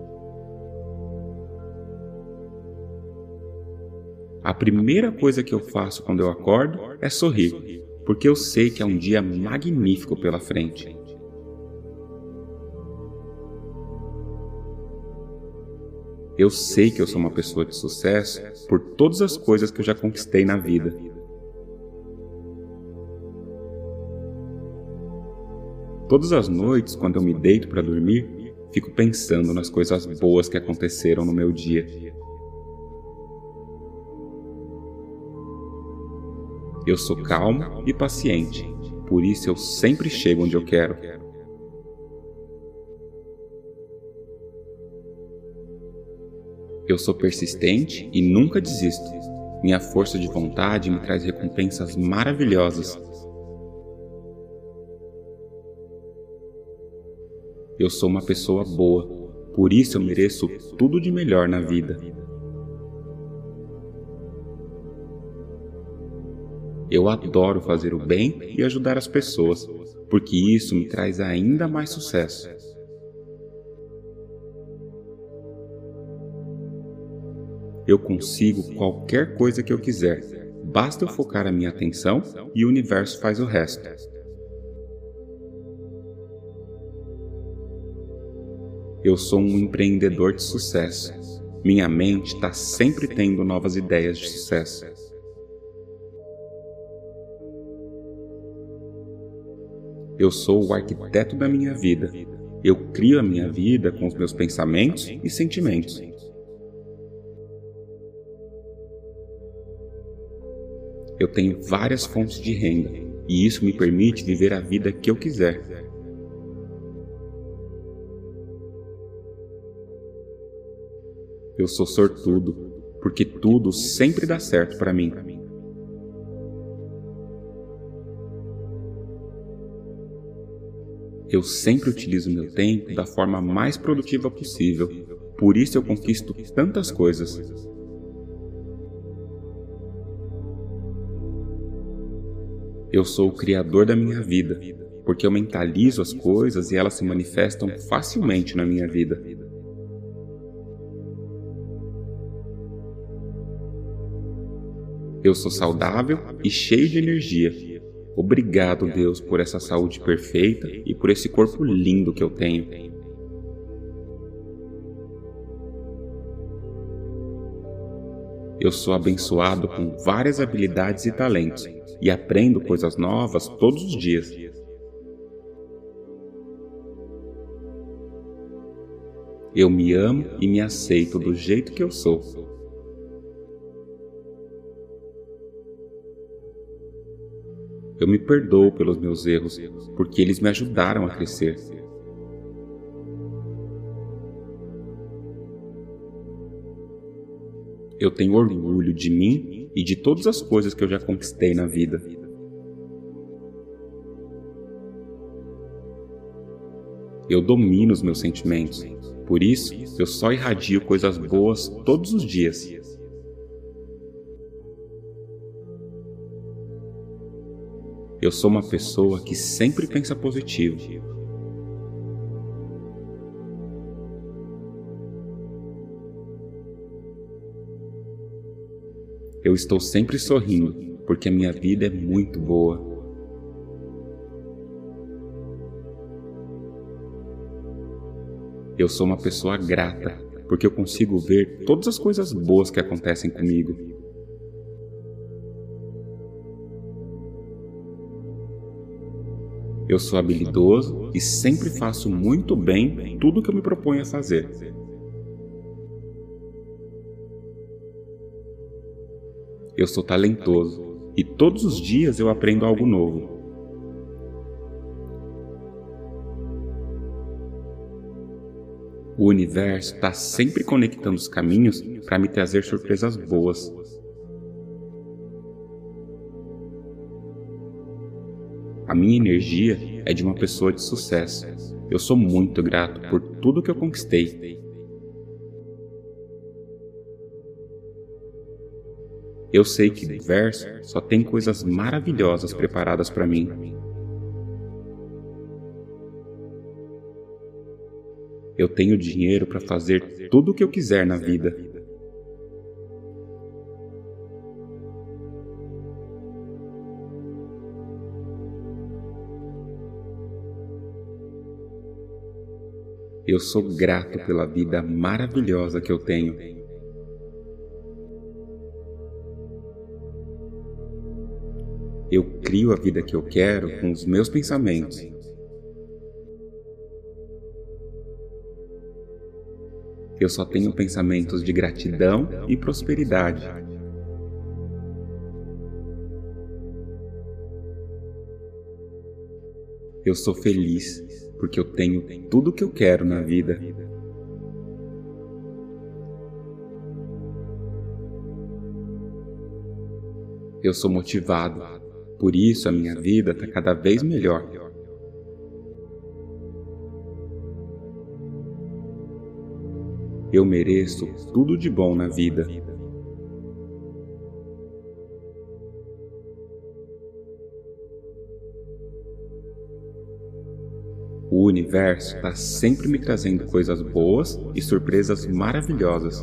A primeira coisa que eu faço quando eu acordo é sorrir, porque eu sei que é um dia magnífico pela frente. Eu sei que eu sou uma pessoa de sucesso por todas as coisas que eu já conquistei na vida. Todas as noites, quando eu me deito para dormir, fico pensando nas coisas boas que aconteceram no meu dia. Eu sou calmo e paciente, por isso eu sempre chego onde eu quero. Eu sou persistente e nunca desisto. Minha força de vontade me traz recompensas maravilhosas. Eu sou uma pessoa boa, por isso eu mereço tudo de melhor na vida. Eu adoro fazer o bem e ajudar as pessoas, porque isso me traz ainda mais sucesso. Eu consigo qualquer coisa que eu quiser, basta eu focar a minha atenção e o universo faz o resto. Eu sou um empreendedor de sucesso. Minha mente está sempre tendo novas ideias de sucesso. Eu sou o arquiteto da minha vida. Eu crio a minha vida com os meus pensamentos e sentimentos. Eu tenho várias fontes de renda, e isso me permite viver a vida que eu quiser. Eu sou sortudo, porque tudo sempre dá certo para mim. Eu sempre utilizo meu tempo da forma mais produtiva possível, por isso eu conquisto tantas coisas. Eu sou o criador da minha vida, porque eu mentalizo as coisas e elas se manifestam facilmente na minha vida. Eu sou saudável e cheio de energia. Obrigado, Deus, por essa saúde perfeita e por esse corpo lindo que eu tenho. Eu sou abençoado com várias habilidades e talentos e aprendo coisas novas todos os dias. Eu me amo e me aceito do jeito que eu sou. Eu me perdoo pelos meus erros, porque eles me ajudaram a crescer. Eu tenho orgulho de mim e de todas as coisas que eu já conquistei na vida. Eu domino os meus sentimentos, por isso eu só irradio coisas boas todos os dias. Eu sou uma pessoa que sempre pensa positivo. Eu estou sempre sorrindo, porque a minha vida é muito boa. Eu sou uma pessoa grata, porque eu consigo ver todas as coisas boas que acontecem comigo. Eu sou habilidoso e sempre faço muito bem tudo que eu me proponho a fazer. Eu sou talentoso e todos os dias eu aprendo algo novo. O universo está sempre conectando os caminhos para me trazer surpresas boas. A minha energia é de uma pessoa de sucesso. Eu sou muito grato por tudo que eu conquistei. Eu sei que o universo só tem coisas maravilhosas preparadas para mim. Eu tenho dinheiro para fazer tudo o que eu quiser na vida. Eu sou grato pela vida maravilhosa que eu tenho. Eu crio a vida que eu quero com os meus pensamentos. Eu só tenho pensamentos de gratidão e prosperidade. Eu sou feliz porque eu tenho tudo o que eu quero na vida. Eu sou motivado, por isso a minha vida está cada vez melhor. Eu mereço tudo de bom na vida. O universo está sempre me trazendo coisas boas e surpresas maravilhosas.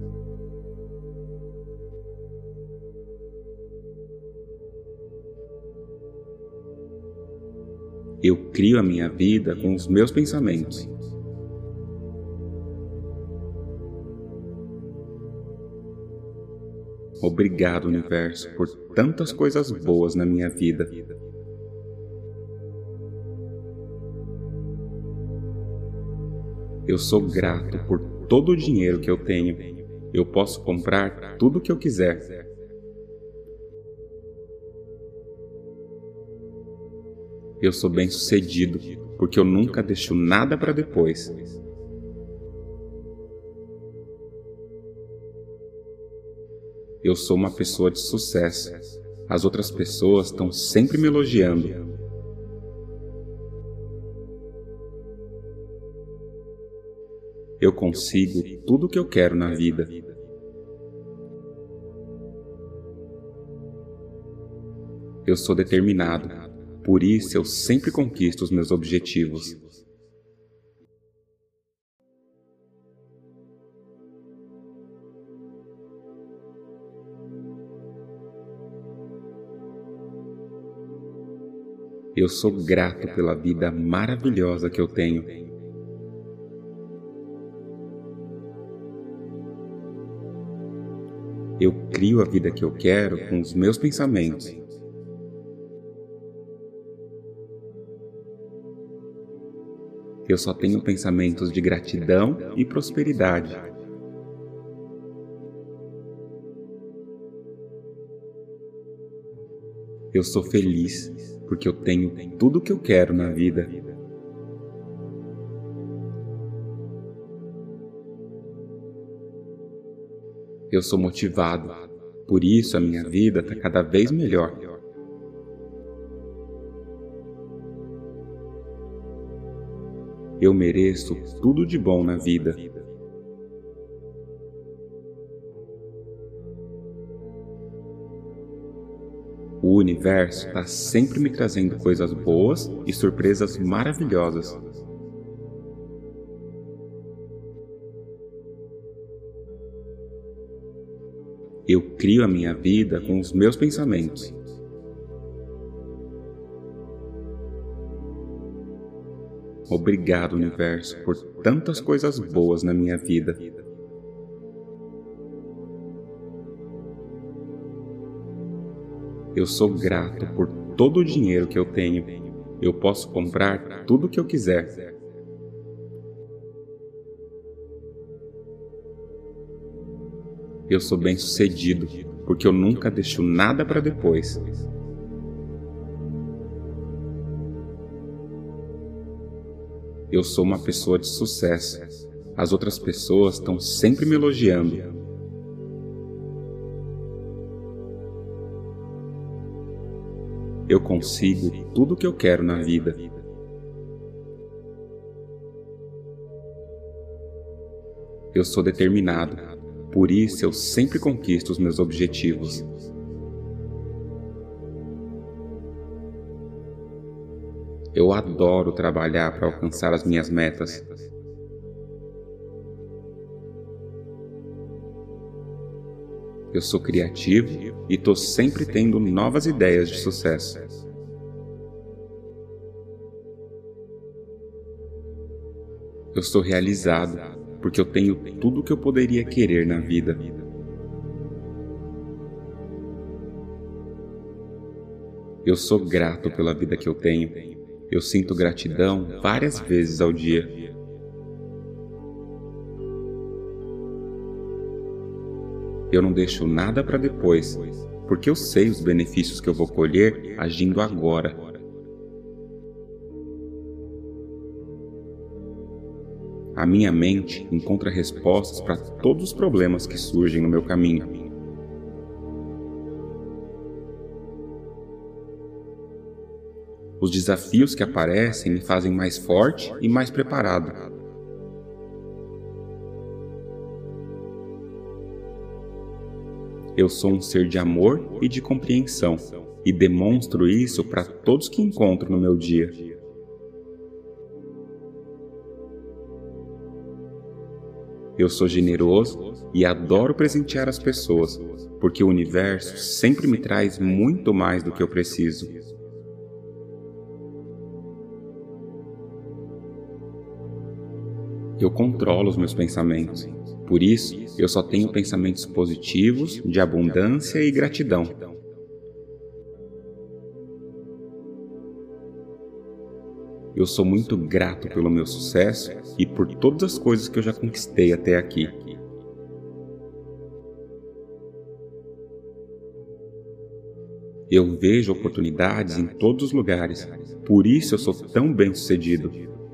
Eu crio a minha vida com os meus pensamentos. Obrigado, universo, por tantas coisas boas na minha vida. Eu sou grato por todo o dinheiro que eu tenho. Eu posso comprar tudo o que eu quiser. Eu sou bem-sucedido, porque eu nunca deixo nada para depois. Eu sou uma pessoa de sucesso. As outras pessoas estão sempre me elogiando. Eu consigo tudo o que eu quero na vida. Eu sou determinado, por isso eu sempre conquisto os meus objetivos. Eu sou grato pela vida maravilhosa que eu tenho. Eu crio a vida que eu quero com os meus pensamentos. Eu só tenho pensamentos de gratidão e prosperidade. Eu sou feliz porque eu tenho tudo o que eu quero na vida. Eu sou motivado, por isso a minha vida está cada vez melhor. Eu mereço tudo de bom na vida. O universo está sempre me trazendo coisas boas e surpresas maravilhosas. Eu crio a minha vida com os meus pensamentos. Obrigado, universo, por tantas coisas boas na minha vida. Eu sou grato por todo o dinheiro que eu tenho. Eu posso comprar tudo o que eu quiser. Eu sou bem-sucedido, porque eu nunca deixo nada para depois. Eu sou uma pessoa de sucesso. As outras pessoas estão sempre me elogiando. Eu consigo tudo o que eu quero na vida. Eu sou determinado, por isso eu sempre conquisto os meus objetivos. Eu adoro trabalhar para alcançar as minhas metas. Eu sou criativo e estou sempre tendo novas ideias de sucesso. Eu sou realizado porque eu tenho tudo o que eu poderia querer na vida. Eu sou grato pela vida que eu tenho. Eu sinto gratidão várias vezes ao dia. Eu não deixo nada para depois, porque eu sei os benefícios que eu vou colher agindo agora. A minha mente encontra respostas para todos os problemas que surgem no meu caminho. Os desafios que aparecem me fazem mais forte e mais preparado. Eu sou um ser de amor e de compreensão, e demonstro isso para todos que encontro no meu dia. Eu sou generoso e adoro presentear as pessoas, porque o universo sempre me traz muito mais do que eu preciso. Eu controlo os meus pensamentos, por isso eu só tenho pensamentos positivos, de abundância e gratidão. Eu sou muito grato pelo meu sucesso e por todas as coisas que eu já conquistei até aqui. Eu vejo oportunidades em todos os lugares, por isso eu sou tão bem-sucedido.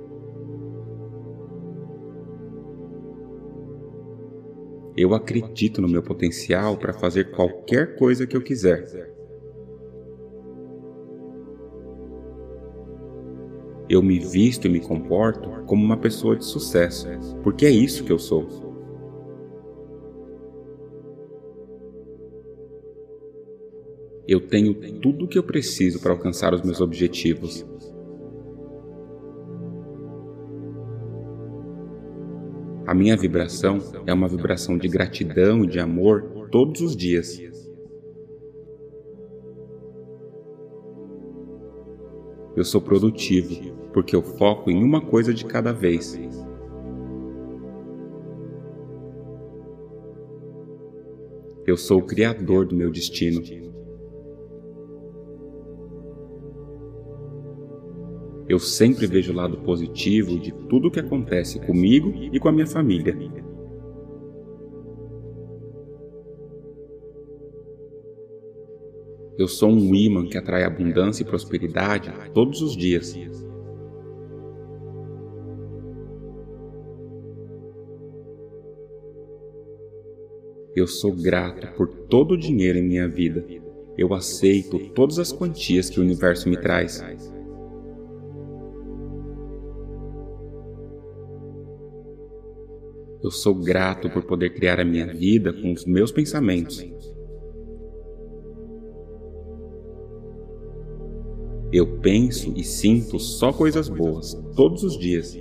Eu acredito no meu potencial para fazer qualquer coisa que eu quiser. Eu me visto e me comporto como uma pessoa de sucesso, porque é isso que eu sou. Eu tenho tudo o que eu preciso para alcançar os meus objetivos. A minha vibração é uma vibração de gratidão e de amor todos os dias. Eu sou produtivo, porque eu foco em uma coisa de cada vez. Eu sou o criador do meu destino. Eu sempre vejo o lado positivo de tudo o que acontece comigo e com a minha família. Eu sou um ímã que atrai abundância e prosperidade todos os dias. Eu sou grato por todo o dinheiro em minha vida. Eu aceito todas as quantias que o universo me traz. Eu sou grato por poder criar a minha vida com os meus pensamentos. Eu penso e sinto só coisas boas, todos os dias.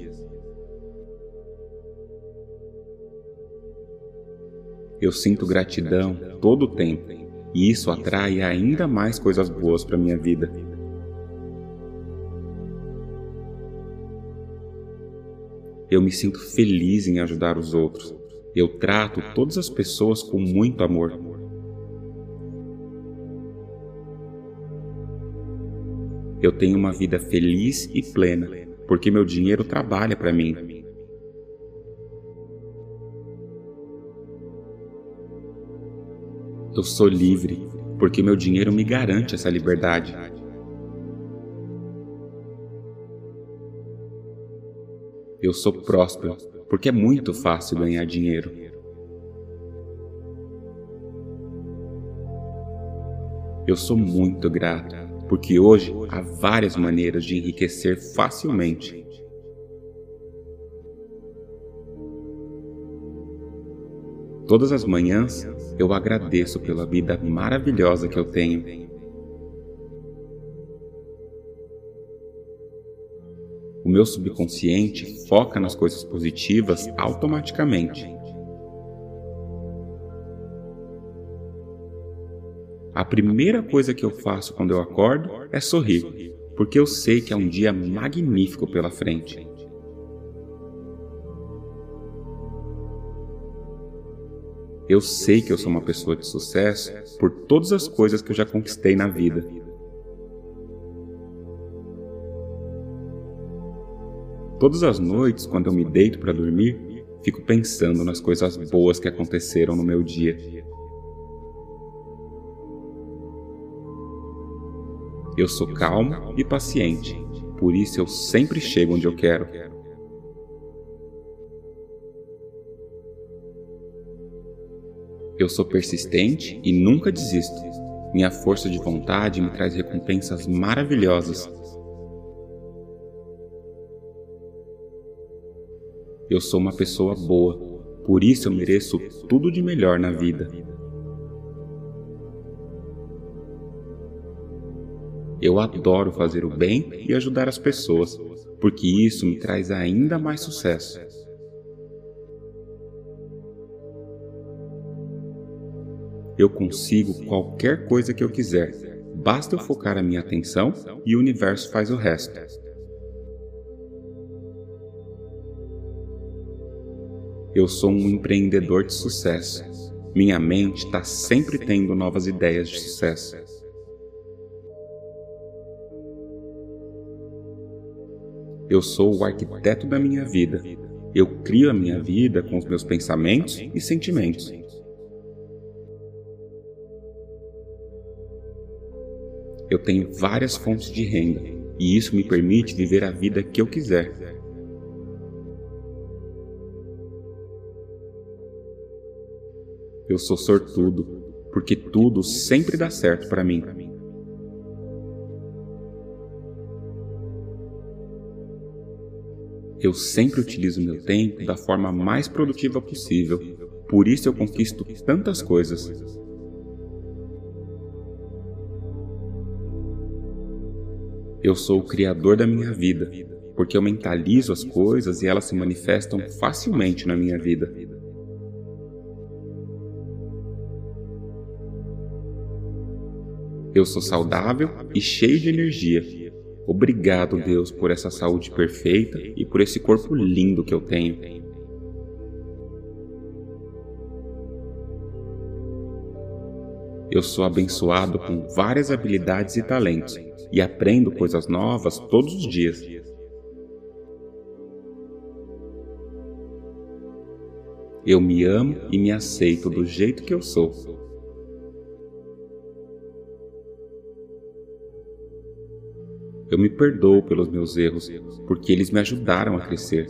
Eu sinto gratidão todo o tempo, e isso atrai ainda mais coisas boas para minha vida. Eu me sinto feliz em ajudar os outros. Eu trato todas as pessoas com muito amor. Eu tenho uma vida feliz e plena, porque meu dinheiro trabalha para mim. Eu sou livre, porque meu dinheiro me garante essa liberdade. Eu sou próspero, porque é muito fácil ganhar dinheiro. Eu sou muito grato, porque hoje há várias maneiras de enriquecer facilmente. Todas as manhãs, eu agradeço pela vida maravilhosa que eu tenho. O meu subconsciente foca nas coisas positivas automaticamente. A primeira coisa que eu faço quando eu acordo é sorrir, porque eu sei que é um dia magnífico pela frente. Eu sei que eu sou uma pessoa de sucesso por todas as coisas que eu já conquistei na vida. Todas as noites, quando eu me deito para dormir, fico pensando nas coisas boas que aconteceram no meu dia. Eu sou calmo e paciente, por isso eu sempre chego onde eu quero. Eu sou persistente e nunca desisto. Minha força de vontade me traz recompensas maravilhosas. Eu sou uma pessoa boa, por isso eu mereço tudo de melhor na vida. Eu adoro fazer o bem e ajudar as pessoas, porque isso me traz ainda mais sucesso. Eu consigo qualquer coisa que eu quiser, basta eu focar a minha atenção e o universo faz o resto. Eu sou um empreendedor de sucesso. Minha mente está sempre tendo novas ideias de sucesso. Eu sou o arquiteto da minha vida. Eu crio a minha vida com os meus pensamentos e sentimentos. Eu tenho várias fontes de renda, e isso me permite viver a vida que eu quiser. Eu sou sortudo, porque tudo sempre dá certo para mim. Eu sempre utilizo meu tempo da forma mais produtiva possível, por isso eu conquisto tantas coisas. Eu sou o criador da minha vida, porque eu mentalizo as coisas e elas se manifestam facilmente na minha vida. Eu sou saudável e cheio de energia. Obrigado, Deus, por essa saúde perfeita e por esse corpo lindo que eu tenho. Eu sou abençoado com várias habilidades e talentos e aprendo coisas novas todos os dias. Eu me amo e me aceito do jeito que eu sou. Eu me perdoo pelos meus erros, porque eles me ajudaram a crescer.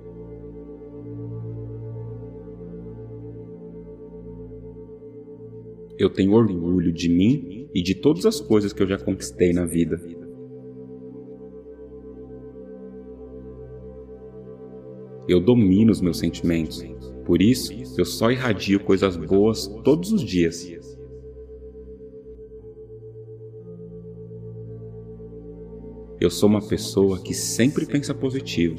Eu tenho orgulho de mim e de todas as coisas que eu já conquistei na vida. Eu domino os meus sentimentos, por isso eu só irradio coisas boas todos os dias. Eu sou uma pessoa que sempre pensa positivo.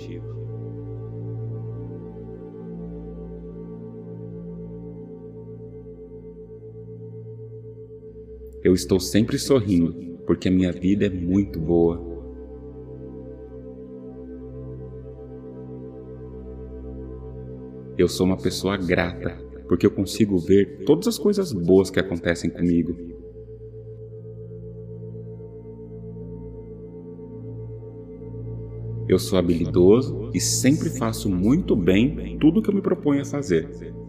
Eu estou sempre sorrindo, porque a minha vida é muito boa. Eu sou uma pessoa grata, porque eu consigo ver todas as coisas boas que acontecem comigo. Eu sou habilidoso e sempre faço muito bem tudo que eu me proponho a fazer.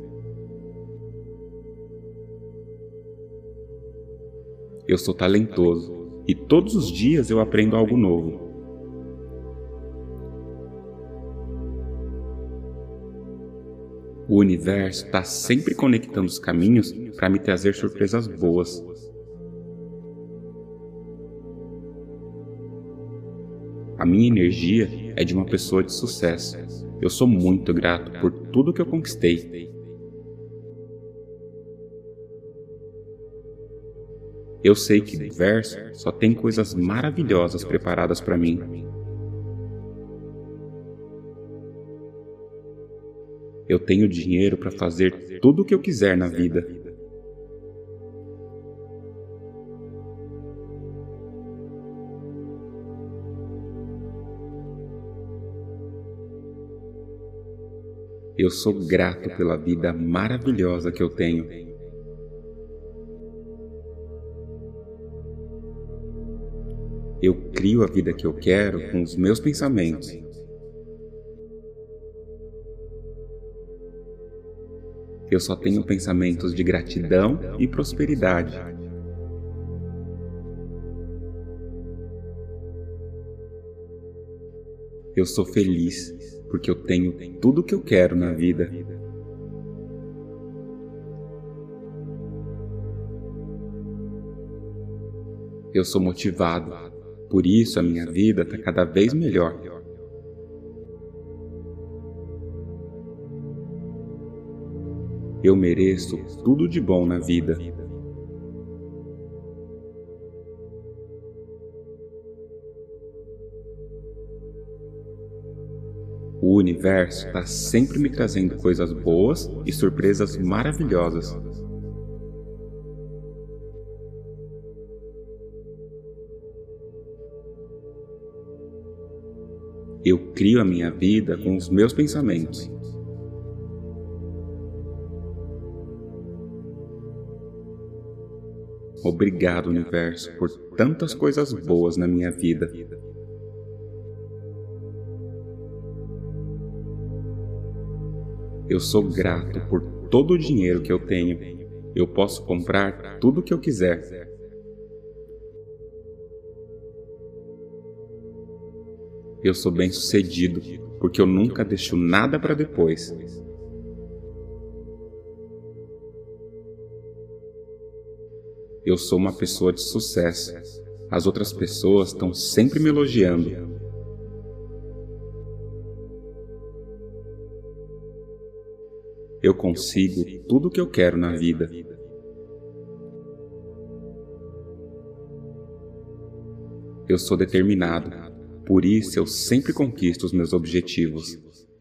Eu sou talentoso e todos os dias eu aprendo algo novo. O universo está sempre conectando os caminhos para me trazer surpresas boas. A minha energia é de uma pessoa de sucesso. Eu sou muito grato por tudo que eu conquistei. Eu sei que o universo só tem coisas maravilhosas preparadas para mim. Eu tenho dinheiro para fazer tudo o que eu quiser na vida. Eu sou grato pela vida maravilhosa que eu tenho. Eu crio a vida que eu quero com os meus pensamentos. Eu só tenho pensamentos de gratidão e prosperidade. Eu sou feliz porque eu tenho tudo o que eu quero na vida. Eu sou motivado, por isso a minha vida está cada vez melhor. Eu mereço tudo de bom na vida. O universo está sempre me trazendo coisas boas e surpresas maravilhosas. Eu crio a minha vida com os meus pensamentos. Obrigado, universo, por tantas coisas boas na minha vida. Eu sou grato por todo o dinheiro que eu tenho. Eu posso comprar tudo o que eu quiser. Eu sou bem-sucedido, porque eu nunca deixo nada para depois. Eu sou uma pessoa de sucesso. As outras pessoas estão sempre me elogiando. Eu consigo tudo o que eu quero na vida. Eu sou determinado, por isso eu sempre conquisto os meus objetivos.